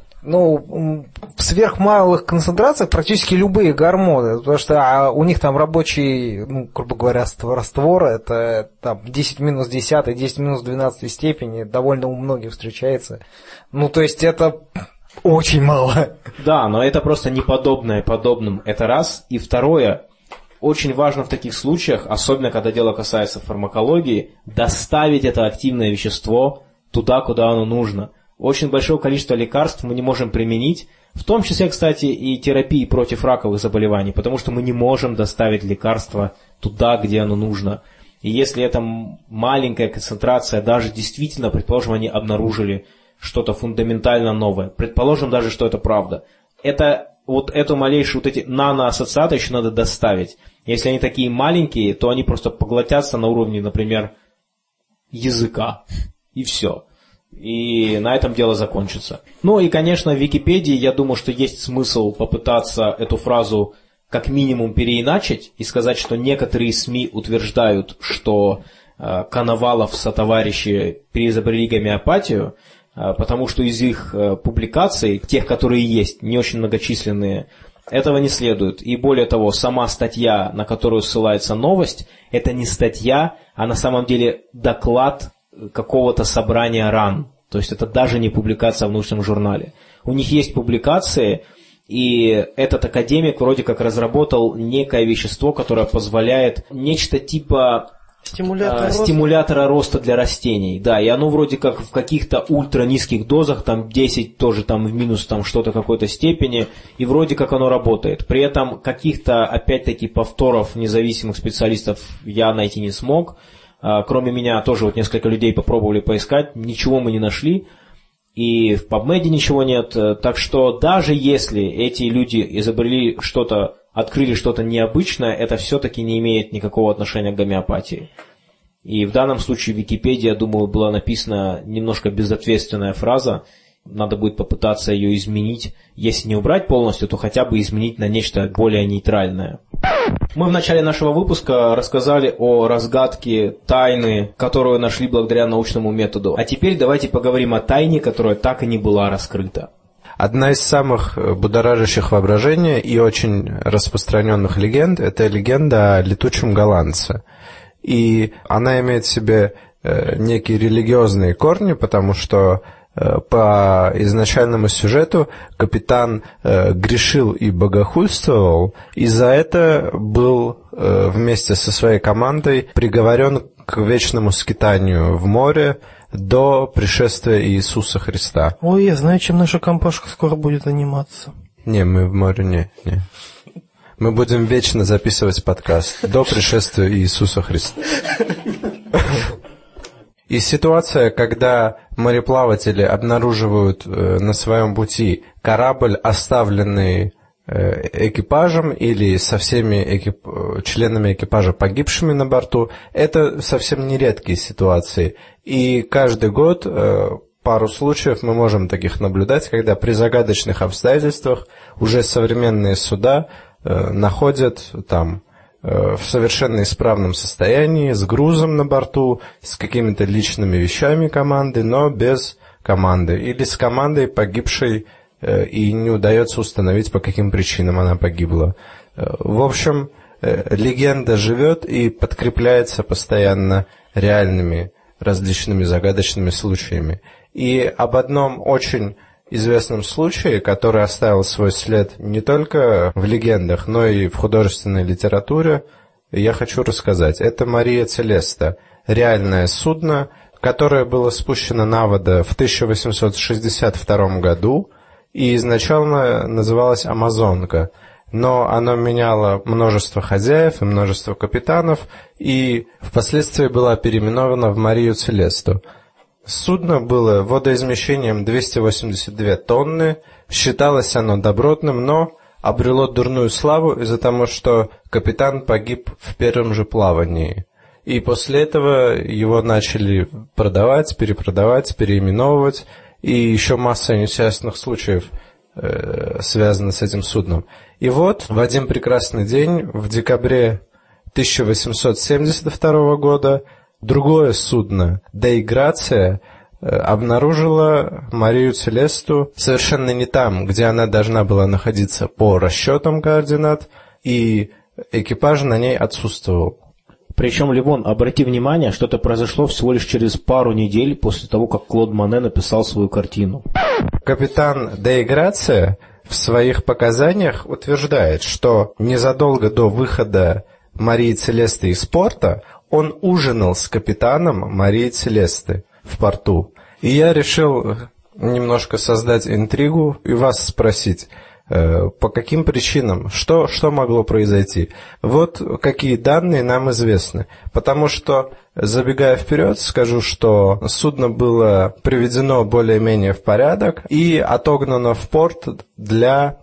Ну, в сверхмалых концентрациях практически любые гормоны, потому что у них там рабочий, ну, грубо говоря, раствор, это там 10 минус 10, 10 минус 12 степени, довольно у многих встречается. Ну, то есть это очень мало. Да, но это просто не подобное подобным, это раз. И второе, очень важно в таких случаях, особенно когда дело касается фармакологии, доставить это активное вещество туда, куда оно нужно. Очень большое количество лекарств мы не можем применить, в том числе, кстати, и терапии против раковых заболеваний, потому что мы не можем доставить лекарство туда, где оно нужно. И если это маленькая концентрация, даже действительно, предположим, они обнаружили что-то фундаментально новое, предположим даже, что это правда, это вот эту малейшую, вот эти наноассоциаты еще надо доставить. Если они такие маленькие, то они просто поглотятся на уровне, например, языка. И все. И на этом дело закончится. Ну и, конечно, в Википедии, я думаю, что есть смысл попытаться эту фразу как минимум переиначить и сказать, что некоторые СМИ утверждают, что Коновалов сотоварищи переизобрели гомеопатию, потому что из их публикаций, тех, которые есть, не очень многочисленные, этого не следует. И более того, сама статья, на которую ссылается новость, это не статья, а на самом деле доклад какого-то собрания РАН. То есть это даже не публикация в научном журнале. У них есть публикации, и этот академик вроде как разработал некое вещество, которое позволяет нечто типа стимулятора роста для растений. Да, и оно вроде как в каких-то ультра низких дозах, там 10 тоже там в минус там что-то какой-то степени, и вроде как оно работает. При этом каких-то, опять-таки, повторов независимых специалистов я найти не смог. Кроме меня тоже вот несколько людей попробовали поискать, ничего мы не нашли. И в PubMed ничего нет. Так что даже если эти люди изобрели что-то, открыли что-то необычное, это все-таки не имеет никакого отношения к гомеопатии. И в данном случае в Википедии, я думаю, была написана немножко безответственная фраза. Надо будет попытаться ее изменить. Если не убрать полностью, то хотя бы изменить на нечто более нейтральное. Мы в начале нашего выпуска рассказали о разгадке тайны, которую нашли благодаря научному методу. А теперь давайте поговорим о тайне, которая так и не была раскрыта. Одна из самых будоражащих воображения и очень распространенных легенд – это легенда о летучем голландце. И она имеет в себе некие религиозные корни, потому что по изначальному сюжету капитан грешил и богохульствовал, и за это был вместе со своей командой приговорен к вечному скитанию в море до пришествия Иисуса Христа. Ой, я знаю, чем наша компашка скоро будет заниматься. Не, мы в море не. Мы будем вечно записывать подкаст до пришествия Иисуса Христа. И ситуация, когда мореплаватели обнаруживают на своем пути корабль, оставленный экипажем или со всеми членами экипажа погибшими на борту, это совсем не редкие ситуации. И каждый год пару случаев мы можем таких наблюдать, когда при загадочных обстоятельствах уже современные суда находят там в совершенно исправном состоянии, с грузом на борту, с какими-то личными вещами команды, но без команды. Или с командой погибшей, и не удается установить, по каким причинам она погибла. В общем, легенда живет и подкрепляется постоянно реальными различными загадочными случаями. И об одном очень известном случае, который оставил свой след не только в легендах, но и в художественной литературе, я хочу рассказать. Это Мария Целеста, реальное судно, которое было спущено на воду в 1862 году и изначально называлось «Амазонка». Но оно меняло множество хозяев и множество капитанов, и впоследствии было переименовано в Марию Целесту. Судно было водоизмещением 282 тонны, считалось оно добротным, но обрело дурную славу из-за того, что капитан погиб в первом же плавании. И после этого его начали продавать, перепродавать, переименовывать, и еще масса несчастных случаев связано с этим судном. И вот в один прекрасный день, в декабре 1872 года, другое судно, Dei Gratia, обнаружило Марию Целесту совершенно не там, где она должна была находиться по расчетам координат, и экипаж на ней отсутствовал. Причем, Левон, обрати внимание, что это произошло всего лишь через пару недель после того, как Клод Моне написал свою картину. Капитан Dei Gratia в своих показаниях утверждает, что незадолго до выхода Марии Целесты из порта он ужинал с капитаном Марии Целесты в порту. И я решил немножко создать интригу и вас спросить, по каким причинам, что могло произойти. Вот какие данные нам известны. Потому что, забегая вперед, скажу, что судно было приведено более-менее в порядок и отогнано в порт для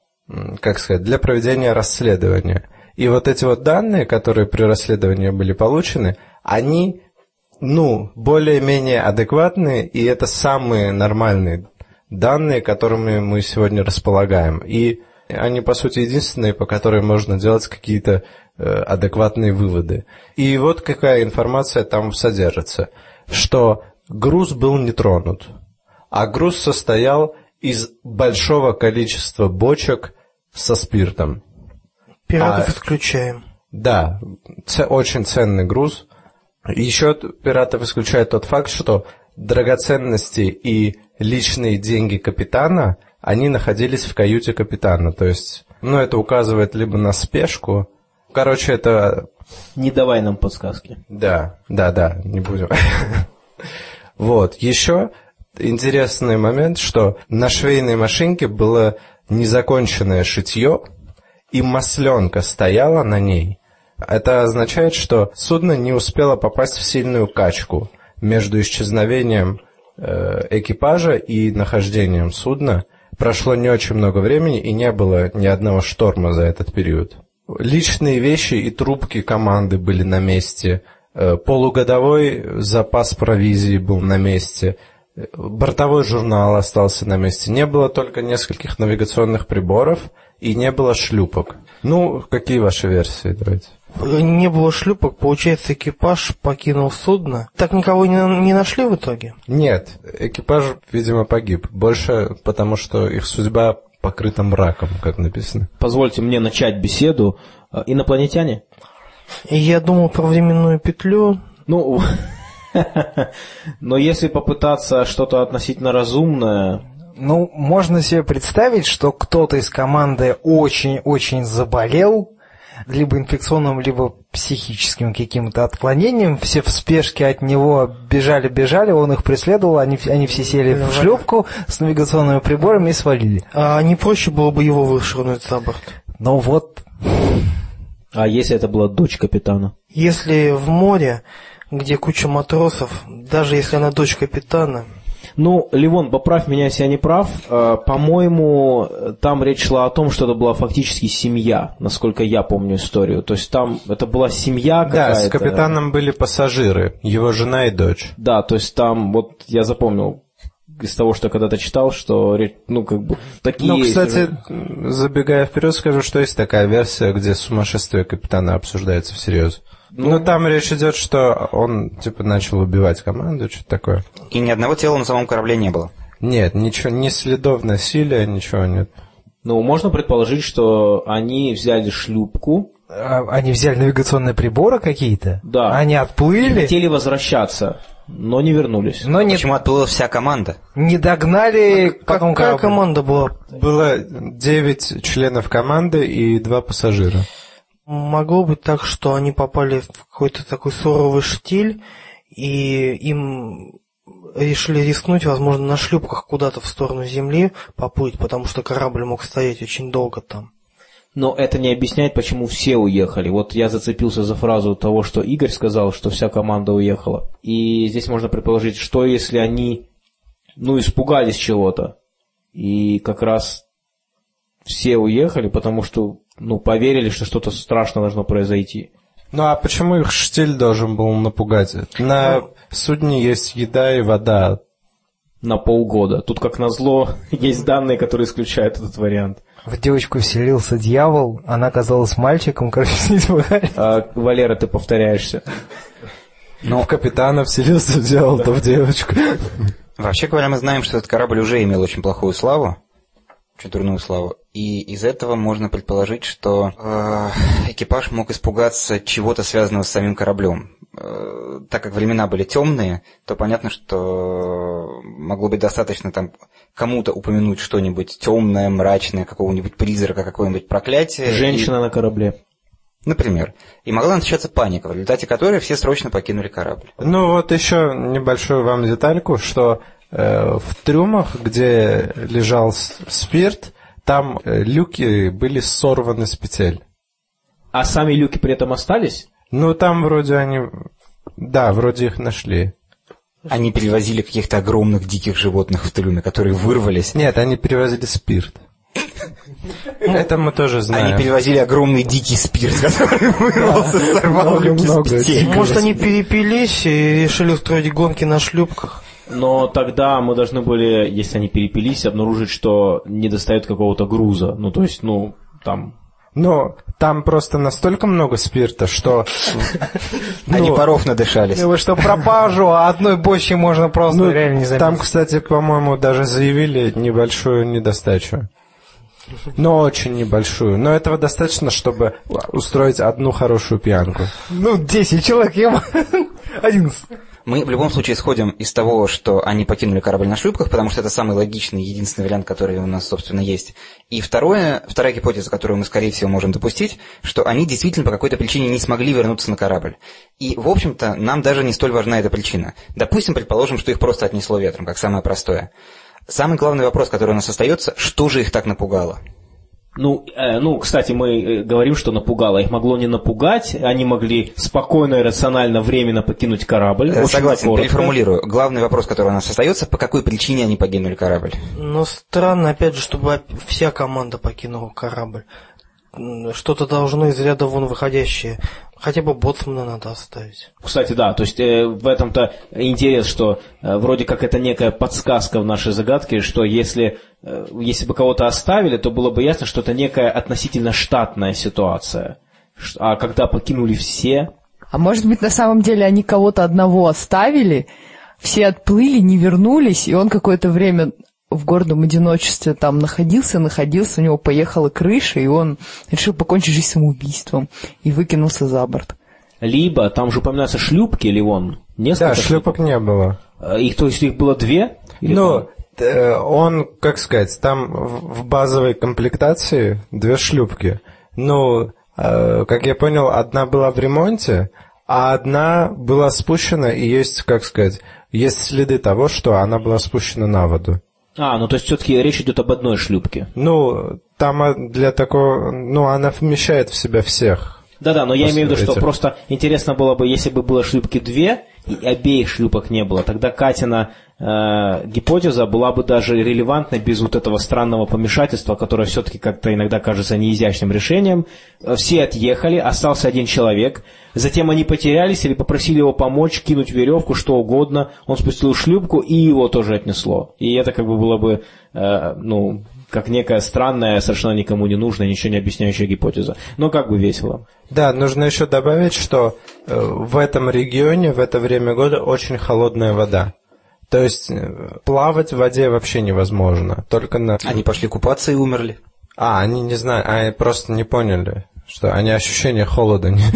проведения расследования. И вот эти вот данные, которые при расследовании были получены, они, более-менее адекватные, и это самые нормальные данные, которыми мы сегодня располагаем. И они, по сути, единственные, по которым можно делать какие-то адекватные выводы. И вот какая информация там содержится. Что груз был не тронут, а груз состоял из большого количества бочек со спиртом. Пиратов исключаем. Да, очень ценный груз. Еще пиратов исключает тот факт, что драгоценности и личные деньги капитана, они находились в каюте капитана. То есть, это указывает либо на спешку. Короче, это... Не давай нам подсказки. Да, не будем. Вот, еще интересный момент, что на швейной машинке было незаконченное шитье, и масленка стояла на ней. Это означает, что судно не успело попасть в сильную качку. Между исчезновением экипажа и нахождением судна прошло не очень много времени, и не было ни одного шторма за этот период. Личные вещи и трубки команды были на месте, полугодовой запас провизии был на месте, бортовой журнал остался на месте. Не было только нескольких навигационных приборов и не было шлюпок. Ну, какие ваши версии, давайте? Не было шлюпок, получается, экипаж покинул судно. Так никого не нашли в итоге? Нет, экипаж, видимо, погиб. Больше потому, что их судьба покрыта мраком, как написано. Позвольте мне начать беседу. Инопланетяне? И я думал про временную петлю. Ну, но если попытаться что-то относительно разумное... Ну, можно себе представить, что кто-то из команды очень-очень заболел, либо инфекционным, либо психическим каким-то отклонением. Все в спешке от него бежали, он их преследовал, они все сели в шлюпку с навигационными приборами и свалили. А не проще было бы его вышвырнуть за борт? Ну вот. А если это была дочь капитана? Если в море, где куча матросов, даже если она дочь капитана... Ну, Левон, поправь меня, если я не прав. По-моему, там речь шла о том, что это была фактически семья, насколько я помню историю. То есть там это была семья какая-то. Да, с капитаном были пассажиры, его жена и дочь. Да, то есть там, вот я запомнил из того, что я когда-то читал, что, ну, как бы, такие... Ну, кстати, забегая вперед, скажу, что есть такая версия, где сумасшествие капитана обсуждается всерьез. Ну, там речь идет, что он, типа, начал убивать команду, что-то такое. И ни одного тела на самом корабле не было? Нет, ничего, ни следов насилия, ничего нет. Ну, можно предположить, что они взяли шлюпку. Они взяли навигационные приборы какие-то? Да. Они отплыли? Хотели возвращаться, но не вернулись. Но Почему отплыла вся команда? Не догнали потом Какая корабль. команда была? Было 9 членов команды и 2 пассажира. Могло быть так, что они попали в какой-то такой суровый штиль, и им решили рискнуть, возможно, на шлюпках куда-то в сторону земли поплыть, потому что корабль мог стоять очень долго там. Но это не объясняет, почему все уехали. Вот я зацепился за фразу того, что Игорь сказал, что вся команда уехала. И здесь можно предположить, что если они, ну, испугались чего-то, и как раз все уехали, потому что, ну, поверили, что что-то страшное должно произойти. Ну, а почему их штиль должен был напугать? На судне есть еда и вода. На полгода. Тут, как назло, есть данные, которые исключают этот вариант. В девочку вселился дьявол, она оказалась мальчиком, короче, не испугали. Валера, ты повторяешься. Ну, в капитана вселился дьявол, то в девочку. Вообще говоря, мы знаем, что этот корабль уже имел очень плохую славу, очень дурную славу, и из этого можно предположить, что экипаж мог испугаться чего-то связанного с самим кораблем. Так как времена были темные, то понятно, что могло быть достаточно там кому-то упомянуть что-нибудь темное, мрачное, какого-нибудь призрака, какое-нибудь проклятие. Женщина на корабле. Например. И могла начаться паника, в результате которой все срочно покинули корабль. Ну, вот еще небольшую вам детальку, что в трюмах, где лежал спирт, там люки были сорваны с петель. А сами люки при этом остались? Ну, там вроде они... Да, вроде их нашли. Они перевозили каких-то огромных диких животных в трюме, которые вырвались. Нет, они перевозили спирт. Это мы тоже знаем. Они перевозили огромный дикий спирт, который вырвался, сорвал люки с петель. Может, они перепились и решили устроить гонки на шлюпках? Но тогда мы должны были, если они перепились, обнаружить, что недостает какого-то груза. Ну, то есть, ну, там... Ну, там просто настолько много спирта, что... Они паров надышались. Ну, что пропажу одной бочки можно просто реально не заметить. Там, кстати, по-моему, даже заявили небольшую недостачу. Но очень небольшую. Но этого достаточно, чтобы устроить одну хорошую пьянку. Ну, 10 человек, я... 11. Мы в любом случае исходим из того, что они покинули корабль на шлюпках, потому что это самый логичный, единственный вариант, который у нас, собственно, есть. И вторая гипотеза, которую мы, скорее всего, можем допустить, что они действительно по какой-то причине не смогли вернуться на корабль. И, в общем-то, нам даже не столь важна эта причина. Допустим, предположим, что их просто отнесло ветром, как самое простое. Самый главный вопрос, который у нас остается, что же их так напугало? Ну, кстати, мы говорим, что напугало. Их могло не напугать, они могли спокойно и рационально, временно покинуть корабль. Согласен, переформулирую. Главный вопрос, который у нас остается, по какой причине они покинули корабль? Но странно, опять же, чтобы вся команда покинула корабль. Что-то должно из ряда вон выходящее Хотя бы боцмана надо оставить. Кстати, да, то есть в этом-то интерес, что вроде как это некая подсказка в нашей загадке, что если бы кого-то оставили, то было бы ясно, что это некая относительно штатная ситуация. А когда покинули все... А может быть, на самом деле они кого-то одного оставили, все отплыли, не вернулись, и он какое-то время в гордом одиночестве там находился, у него поехала крыша, и он решил покончить жизнь самоубийством и выкинулся за борт. Либо, там же упоминаются шлюпки, Ливон. Да, шлюпок не было. То есть их было 2? Ну, он, как сказать, там в базовой комплектации 2 шлюпки. Ну, как я понял, одна была в ремонте, а одна была спущена, и есть, как сказать, есть следы того, что она была спущена на воду. Ну то есть все-таки речь идет об одной шлюпке. Ну, там для такого, она вмещает в себя всех. Да-да, но я имею в виду, что просто интересно было бы, если бы было шлюпки 2, и обеих шлюпок не было, тогда Катина гипотеза была бы даже релевантной без вот этого странного помешательства, которое все-таки как-то иногда кажется неизящным решением. Все отъехали, остался один человек, затем они потерялись или попросили его помочь, кинуть веревку, что угодно, он спустил шлюпку и его тоже отнесло. И это как бы было бы, как некая странная, совершенно никому не нужная, ничего не объясняющая гипотеза. Но как бы весело. Да, нужно еще добавить, что в этом регионе в это время года очень холодная вода. То есть плавать в воде вообще невозможно. Только на... Они пошли купаться и умерли. Они не знают, они просто не поняли, что они ощущение холода не...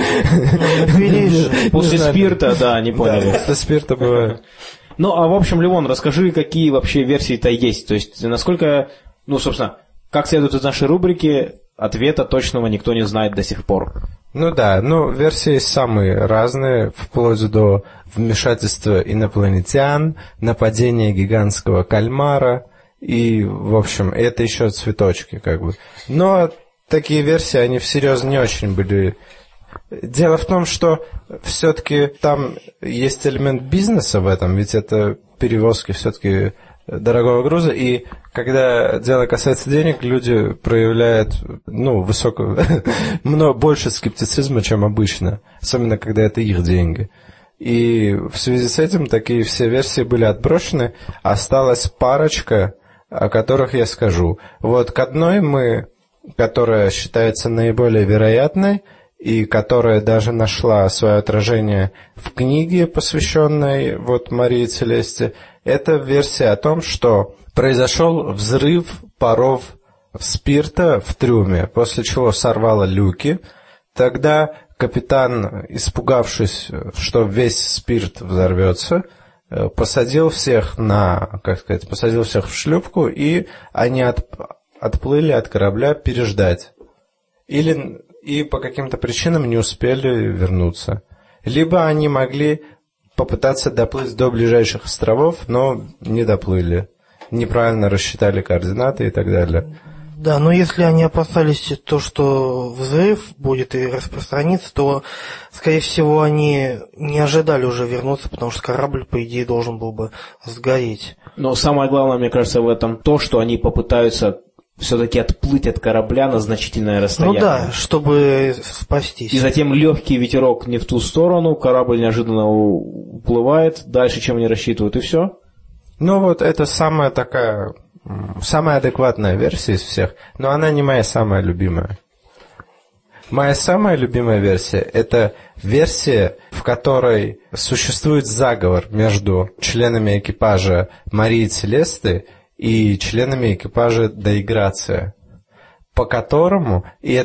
После спирта, да, не поняли. После спирта бывает. В общем, Левон, расскажи, какие вообще версии-то есть. То есть, насколько, собственно, как следует из нашей рубрики, ответа точного никто не знает до сих пор. Версии самые разные, вплоть до вмешательства инопланетян, нападения гигантского кальмара, и, в общем, это еще цветочки, как бы. Но такие версии, они всерьез не очень были. Дело в том, что все-таки там есть элемент бизнеса в этом, ведь это перевозки все-таки дорогого груза, и когда дело касается денег, люди проявляют, больше скептицизма, чем обычно, особенно когда это их деньги. И в связи с этим такие все версии были отброшены, осталась парочка, о которых я скажу. Вот к одной которая считается наиболее вероятной, и которая даже нашла свое отражение в книге, посвященной Марии Целесте, это версия о том, что произошел взрыв паров спирта в трюме, после чего сорвало люки. Тогда капитан, испугавшись, что весь спирт взорвется, посадил всех в шлюпку, и они отплыли от корабля переждать. И по каким-то причинам не успели вернуться. Либо они могли попытаться доплыть до ближайших островов, но не доплыли. Неправильно рассчитали координаты и так далее. Да, но если они опасались то, что взрыв будет и распространится, то, скорее всего, они не ожидали уже вернуться, потому что корабль, по идее, должен был бы сгореть. Но самое главное, мне кажется, в этом то, что они попытаются все-таки отплыть от корабля на значительное расстояние. Чтобы спастись. И затем легкий ветерок не в ту сторону, корабль неожиданно уплывает дальше, чем они рассчитывают, и все. Это самая адекватная версия из всех, но она не моя самая любимая. Моя самая любимая версия – это версия, в которой существует заговор между членами экипажа Марии Целесты и членами экипажа Деи Грация, по которому,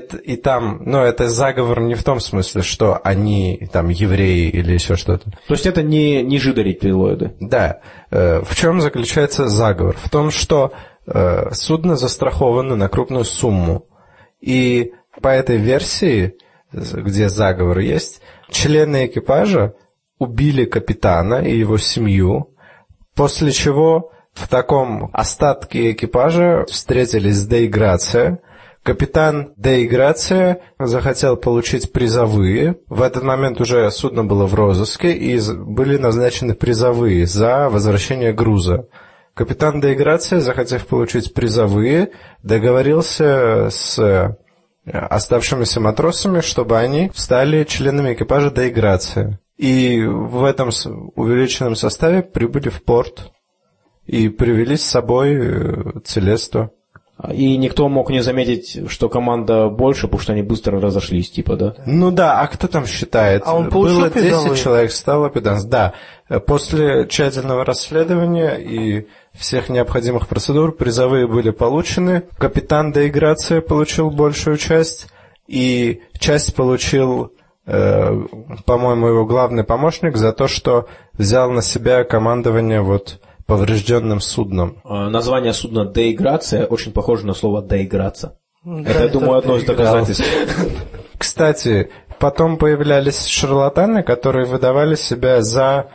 это заговор не в том смысле, что они там евреи или еще что-то. То есть это не жидо-рептилоиды? Да. В чем заключается заговор? В том, что судно застраховано на крупную сумму. И по этой версии, где заговор есть, члены экипажа убили капитана и его семью, после чего в таком остатке экипажа встретились с Деи Грация. Капитан Деи Грация захотел получить призовые. В этот момент уже судно было в розыске, и были назначены призовые за возвращение груза. Капитан Деи Грация, захотев получить призовые, договорился с оставшимися матросами, чтобы они стали членами экипажа Dei Gratia. И в этом увеличенном составе прибыли в порт и привели с собой Целесту. И никто мог не заметить, что команда больше, потому что они быстро разошлись, типа, да? Ну да, а кто там считает? А он получил Было 10 призовые? человек, стало 15. Да, после тщательного расследования и всех необходимых процедур призовые были получены. Капитан Dei Gratia получил большую часть, и часть получил, по-моему, его главный помощник за то, что взял на себя командование поврежденным судном. Название судна Dei Gratia очень похоже на слово Dei Gratia. Да, Это, я думаю, одно из доказательств. Кстати, потом появлялись шарлатаны, которые выдавали себя за,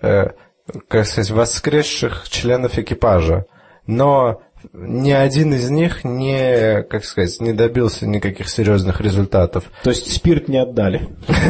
воскресших членов экипажа. Но ни один из них не добился никаких серьезных результатов. То есть спирт не отдали.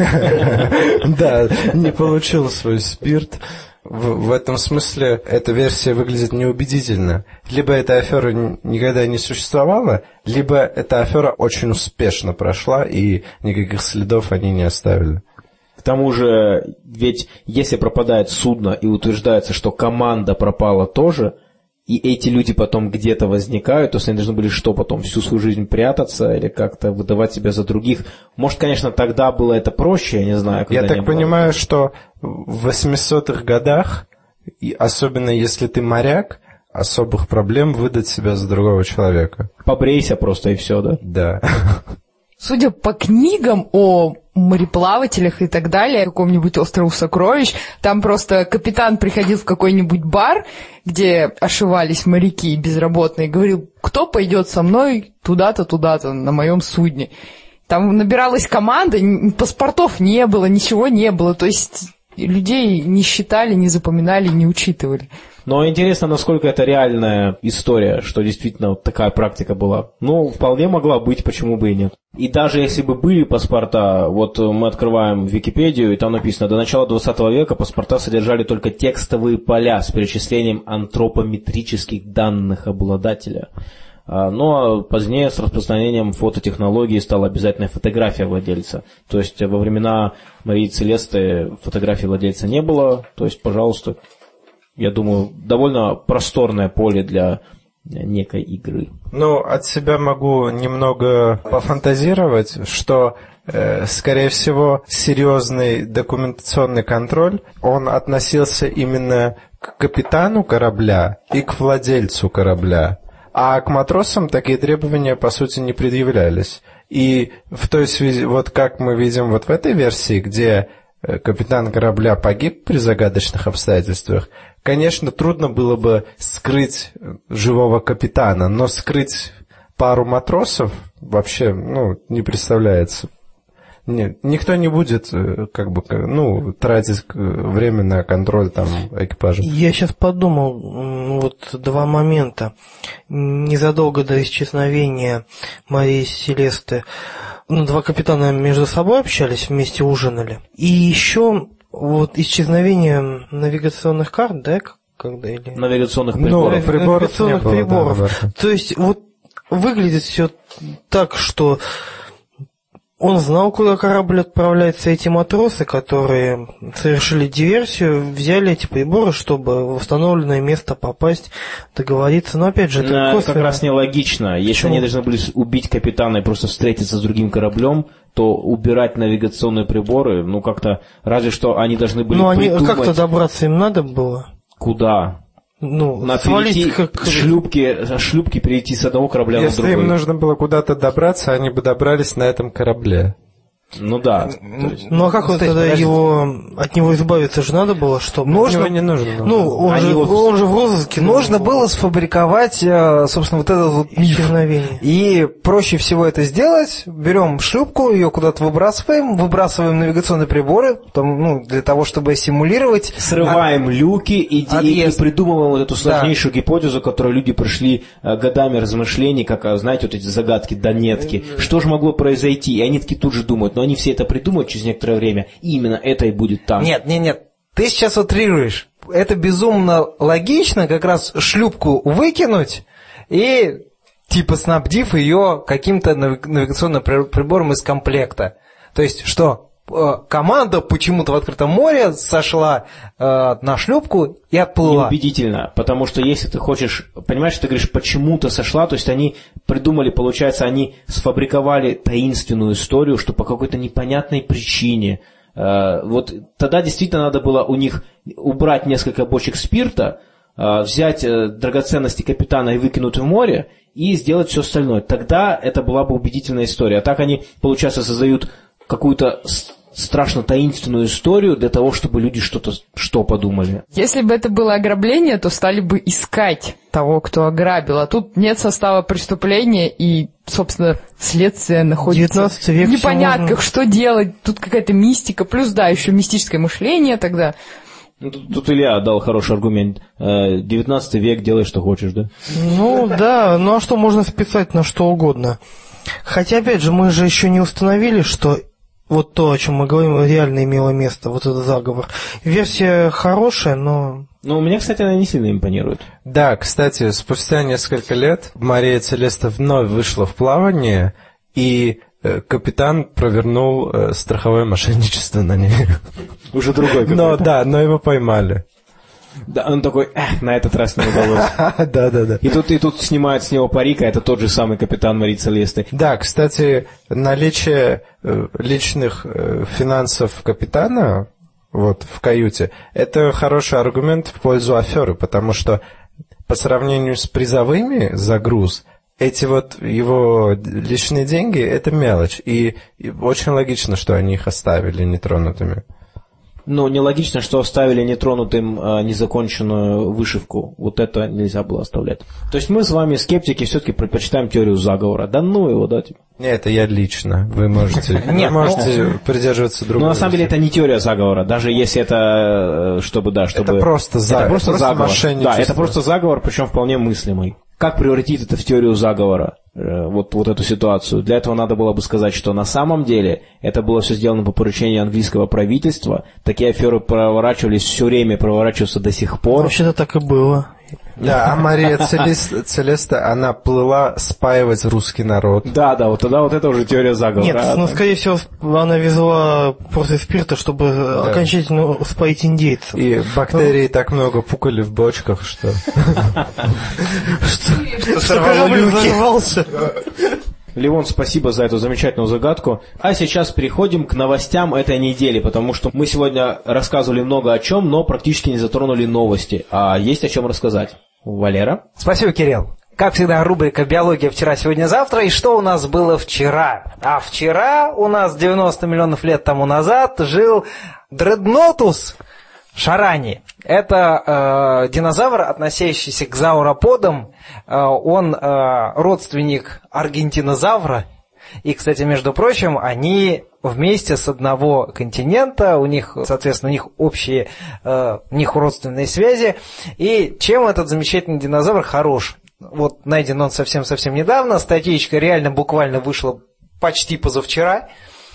Да, не получил свой спирт. В этом смысле эта версия выглядит неубедительно. Либо эта афера никогда не существовала, либо эта афера очень успешно прошла, и никаких следов они не оставили. К тому же, ведь если пропадает судно и утверждается, что команда пропала тоже, и эти люди потом где-то возникают, то есть они должны были что потом, всю свою жизнь прятаться или как-то выдавать себя за других. Может, конечно, тогда было это проще, я не знаю. Я так понимаю, что в 800-х годах, и особенно если ты моряк, особых проблем выдать себя за другого человека. Побрейся просто и все, да? Да. Судя по книгам о мореплавателях и так далее, каком-нибудь острову сокровищ, там просто капитан приходил в какой-нибудь бар, где ошивались моряки безработные, говорил, кто пойдет со мной туда-то, туда-то, на моем судне. Там набиралась команда, паспортов не было, ничего не было, то есть людей не считали, не запоминали, не учитывали. Но интересно, насколько это реальная история, что действительно вот такая практика была. Ну, вполне могла быть, почему бы и нет. И даже если бы были паспорта, вот мы открываем Википедию, и там написано, до начала 20 века паспорта содержали только текстовые поля с перечислением антропометрических данных обладателя. Но позднее с распространением фототехнологий стала обязательная фотография владельца. То есть во времена Марии Целесты фотографии владельца не было. То есть, пожалуйста, я думаю, довольно просторное поле для некой игры. Ну, от себя могу немного пофантазировать, что, скорее всего, серьезный документационный контроль, он относился именно к капитану корабля и к владельцу корабля. А к матросам такие требования, по сути, не предъявлялись. И в той связи, вот как мы видим вот в этой версии, где капитан корабля погиб при загадочных обстоятельствах, конечно, трудно было бы скрыть живого капитана, но скрыть пару матросов вообще, не представляется. Никто не будет, тратить время на контроль экипажа. Я сейчас подумал, два момента. Незадолго до исчезновения Марии Целесты, два капитана между собой общались, вместе ужинали. И еще исчезновение навигационных карт, да, когда или... Навигационных приборов. Навигационных приборов. То есть, выглядит все так, что... Он знал, куда корабль отправляется. Эти матросы, которые совершили диверсию, взяли эти приборы, чтобы в установленное место попасть, договориться. Но опять же, это косвенно. Как раз нелогично. Если они должны были убить капитана и просто встретиться с другим кораблем, то убирать навигационные приборы, как-то, разве что они должны были придумать... как-то добраться им надо было. Куда? Свалить шлюпки перейти с одного корабля на другой. Если им нужно было куда-то добраться, они бы добрались на этом корабле. Ну да. А как тогда от него избавиться же надо было, чтобы... Не нужно. Он же в розыске. Нужно было сфабриковать, собственно, вот этот исчезновение. И проще всего это сделать. Берем шлюпку, ее куда-то выбрасываем навигационные приборы, для того, чтобы симулировать. Срываем люки и придумываем вот эту сложнейшую гипотезу, которую люди пришли годами размышлений, как, знаете, вот эти загадки Донетки. Что же могло произойти? И они такие тут же думают, но они все это придумают через некоторое время, и именно это и будет там. Нет, ты сейчас утрируешь. Это безумно логично, как раз шлюпку выкинуть и типа снабдив ее каким-то навигационным прибором из комплекта. То есть что? Команда почему-то в открытом море сошла на шлюпку и отплыла. Неубедительно, потому что если ты хочешь, понимаешь, ты говоришь, почему-то сошла, то есть они придумали, получается, они сфабриковали таинственную историю, что по какой-то непонятной причине. Вот тогда действительно надо было у них убрать несколько бочек спирта, взять драгоценности капитана и выкинуть в море, и сделать все остальное. Тогда это была бы убедительная история. А так они, получается, создают какую-то страшно таинственную историю для того, чтобы люди что подумали. Если бы это было ограбление, то стали бы искать того, кто ограбил. А тут нет состава преступления, и, собственно, следствие находится в непонятках, что делать. Тут какая-то мистика, плюс, да, еще мистическое мышление тогда. Тут Илья дал хороший аргумент. 19 век, делай, что хочешь, да? Ну да, ну а что можно списать на что угодно? Хотя, опять же, мы же еще не установили, что вот то, о чем мы говорим, реально имело место, вот этот заговор. Версия хорошая, но... Ну, мне, кстати, она не сильно импонирует. Да, кстати, спустя несколько лет Мария Целеста вновь вышла в плавание, и капитан провернул страховое мошенничество на ней. Уже другой капитан. Но его поймали. Да, он такой, на этот раз не удалось. Да. И тут снимают с него парик, а это тот же самый капитан Марии Целесты. Да, кстати, наличие личных финансов капитана вот в каюте, это хороший аргумент в пользу аферы, потому что по сравнению с призовыми за груз, эти вот его личные деньги – это мелочь, и очень логично, что они их оставили нетронутыми. Но нелогично, что оставили нетронутым незаконченную вышивку. Вот это нельзя было оставлять. То есть мы с вами, скептики, все-таки предпочитаем теорию заговора. Да ну его, да? Нет, это я лично. Вы можете придерживаться другого. Но на самом деле это не теория заговора. Даже если это, чтобы... Это просто заговор. Мошенничество. Да, это просто заговор, причем вполне мыслимый. Как превратить это в теорию заговора, вот эту ситуацию? Для этого надо было бы сказать, что на самом деле это было все сделано по поручению английского правительства. Такие аферы проворачивались все время, проворачиваются до сих пор. Вообще-то так и было. Да, а Мария Целеста, она плыла спаивать русский народ. Да, вот тогда вот это уже теория заговора. Нет, скорее всего, она везла после спирта, чтобы окончательно споить индейцев. И бактерий так много пукали в бочках, что... Что сорвало люки. Левон, спасибо за эту замечательную загадку. А сейчас переходим к новостям этой недели, потому что мы сегодня рассказывали много о чем, но практически не затронули новости. А есть о чем рассказать. Валера? Спасибо, Кирилл. Как всегда, рубрика «Биология. Вчера, сегодня, завтра». И что у нас было вчера? А вчера у нас 90 миллионов лет тому назад жил Дреднотус шарани. Это динозавр, относящийся к зауроподам. Он родственник аргентинозавра. И, кстати, между прочим, они вместе с одного континента, у них, соответственно, у них общие, у них родственные связи. И чем этот замечательный динозавр хорош? Вот найден он совсем-совсем недавно, статейка реально буквально вышла почти позавчера.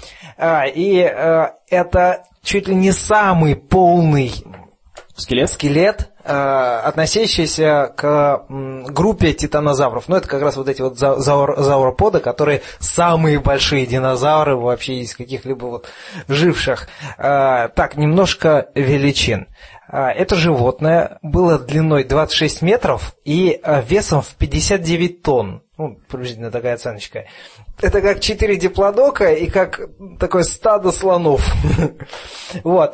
И это чуть ли не самый полный скелет, относящийся к группе титанозавров. Ну, это как раз вот эти вот зауроподы, которые самые большие динозавры вообще из каких-либо вот живших. Так, немножко величин. Это животное было длиной 26 метров и весом в 59 тонн. Ну, приблизительно такая оценочка. Это как 4 диплодока и как такое стадо слонов. Вот.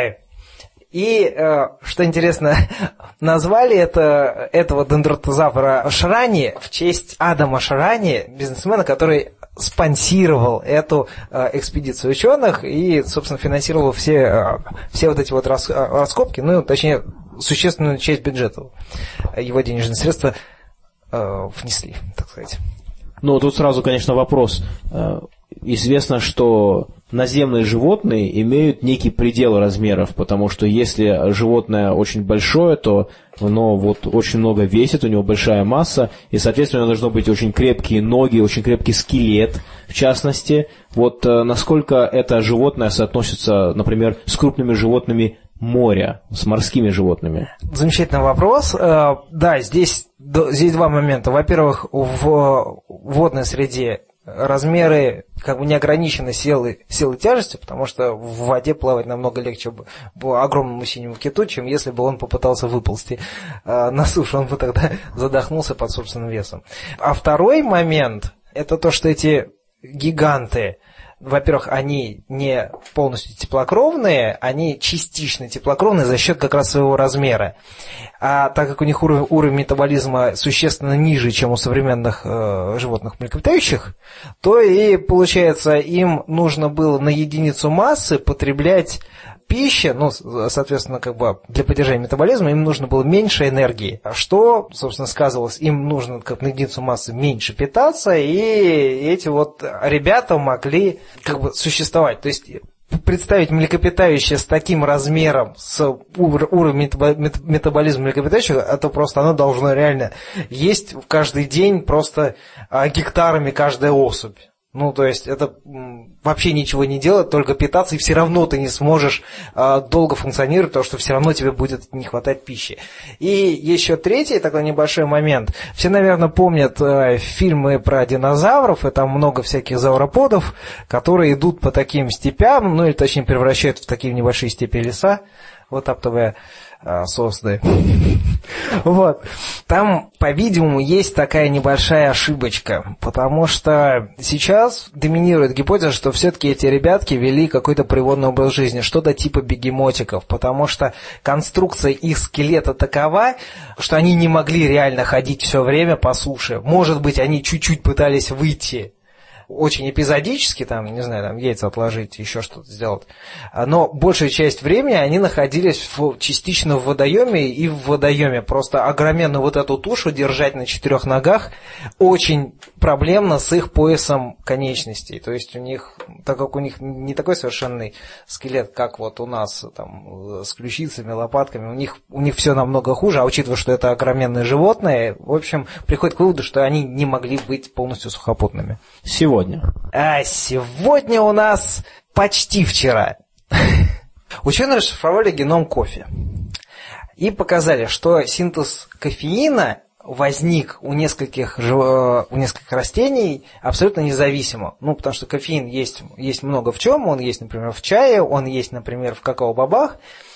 И, что интересно, назвали этого дендротозавра Шарани в честь Адама Шарани, бизнесмена, который спонсировал эту экспедицию ученых и, собственно, финансировал все вот эти вот раскопки, ну, точнее, существенную часть бюджета. Его денежные средства внесли, так сказать. Ну, тут сразу, конечно, вопрос. Известно, что наземные животные имеют некий предел размеров, потому что если животное очень большое, то оно вот очень много весит, у него большая масса, и, соответственно, должно быть очень крепкие ноги, очень крепкий скелет, в частности. Вот насколько это животное соотносится, например, с крупными животными моря с морскими животными? Замечательный вопрос. Да, здесь два момента. Во-первых, в водной среде размеры как бы не ограничены силой тяжести, потому что в воде плавать намного легче огромному синему киту, чем если бы он попытался выползти на сушу, он бы тогда задохнулся под собственным весом. А второй момент – это то, что эти гиганты, во-первых, они не полностью теплокровные, они частично теплокровные за счет как раз своего размера. А так как у них уровень метаболизма существенно ниже, чем у современных животных млекопитающих, то и, получается, им нужно было на единицу массы потреблять пищи, соответственно, как бы для поддержания метаболизма им нужно было меньше энергии, что, собственно, сказывалось, им нужно как на единицу массы меньше питаться, и эти вот ребята могли как бы существовать. То есть представить млекопитающее с таким размером, с уровнем метаболизма млекопитающего, это просто оно должно реально есть каждый день просто гектарами каждая особь. То есть это вообще ничего не делать, только питаться, и все равно ты не сможешь долго функционировать, потому что все равно тебе будет не хватать пищи. И еще третий такой небольшой момент. Все, наверное, помнят фильмы про динозавров, и там много всяких зауроподов, которые идут по таким степям, или точнее превращают в такие небольшие степи леса, вот оптовые сосны. Вот. Там, по-видимому, есть такая небольшая ошибочка, потому что сейчас доминирует гипотеза, что все-таки эти ребятки вели какой-то приводный образ жизни, что-то типа бегемотиков, потому что конструкция их скелета такова, что они не могли реально ходить все время по суше. Может быть, они чуть-чуть пытались выйти очень эпизодически, яйца отложить, еще что-то сделать. Но большую часть времени они находились частично в водоеме и в водоеме. Просто огроменную вот эту тушу держать на 4 ногах очень проблемно с их поясом конечностей. То есть у них, так как у них не такой совершенный скелет, как вот у нас там, с ключицами, лопатками, у них все намного хуже, а учитывая, что это огроменные животные, в общем, приходит к выводу, что они не могли быть полностью сухопутными. Сегодня у нас почти вчера ученые расшифровали геном кофе и показали, что синтез кофеина возник у нескольких растений абсолютно независимо. Потому что кофеин есть много в чем. Он есть, например, в чае, он есть, например, в какао-бобах.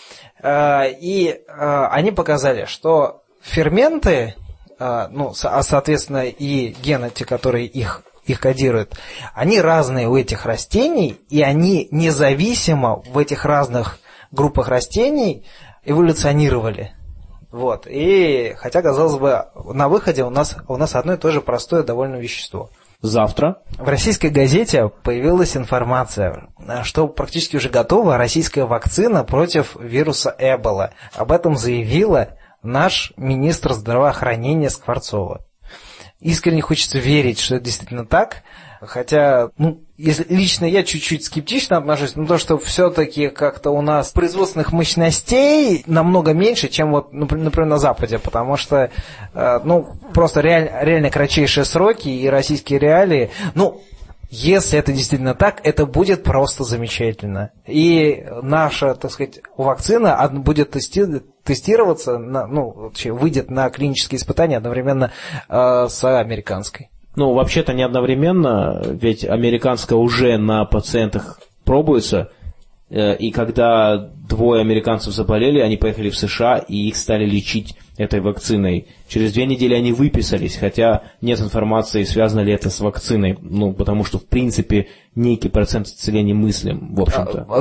И они показали, что ферменты, соответственно, и гены, те, которые их кодируют, они разные у этих растений, и они независимо в этих разных группах растений эволюционировали. Вот. И хотя, казалось бы, на выходе у нас одно и то же простое довольно вещество. Завтра в российской газете появилась информация, что практически уже готова российская вакцина против вируса Эбола. Об этом заявила наш министр здравоохранения Скворцова. Искренне хочется верить, что это действительно так, хотя, если лично я чуть-чуть скептично отношусь, то, что все-таки как-то у нас производственных мощностей намного меньше, чем вот, например, на Западе, потому что, просто реально кратчайшие сроки и российские реалии, если это действительно так, это будет просто замечательно. И наша, так сказать, вакцина будет тестироваться, выйдет на клинические испытания одновременно с американской. Вообще-то не одновременно, ведь американская уже на пациентах пробуется, и когда 2 американцев заболели, они поехали в США, и их стали лечить этой вакциной. Через 2 недели они выписались, хотя нет информации, связано ли это с вакциной, потому что, в принципе, некий процент исцеления мыслим, в общем-то.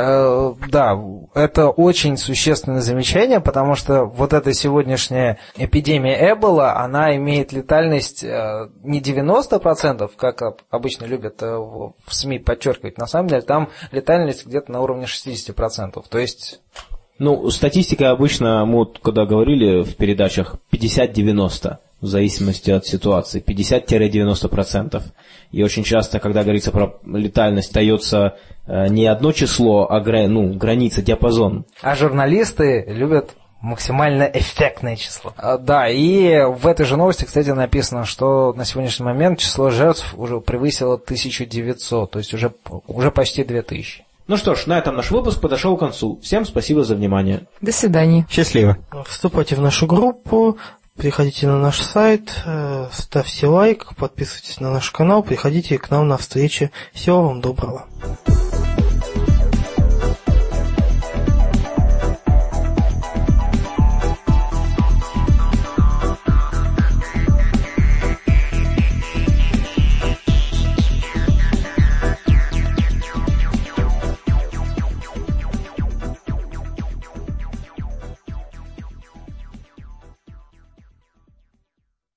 Да, это очень существенное замечание, потому что вот эта сегодняшняя эпидемия Эбола, она имеет летальность не 90%, как обычно любят в СМИ подчеркивать, на самом деле там летальность где-то на уровне 60%, то есть... статистика обычно, мы когда говорили в передачах, 50-90, в зависимости от ситуации, 50-90%. И очень часто, когда говорится про летальность, дается не одно число, а граница, диапазон. А журналисты любят максимально эффектное число. Да, и в этой же новости, кстати, написано, что на сегодняшний момент число жертв уже превысило 1900, то есть уже почти 2000. Ну что ж, на этом наш выпуск подошел к концу. Всем спасибо за внимание. До свидания. Счастливо. Вступайте в нашу группу, приходите на наш сайт, ставьте лайк, подписывайтесь на наш канал, приходите к нам на встречи. Всего вам доброго.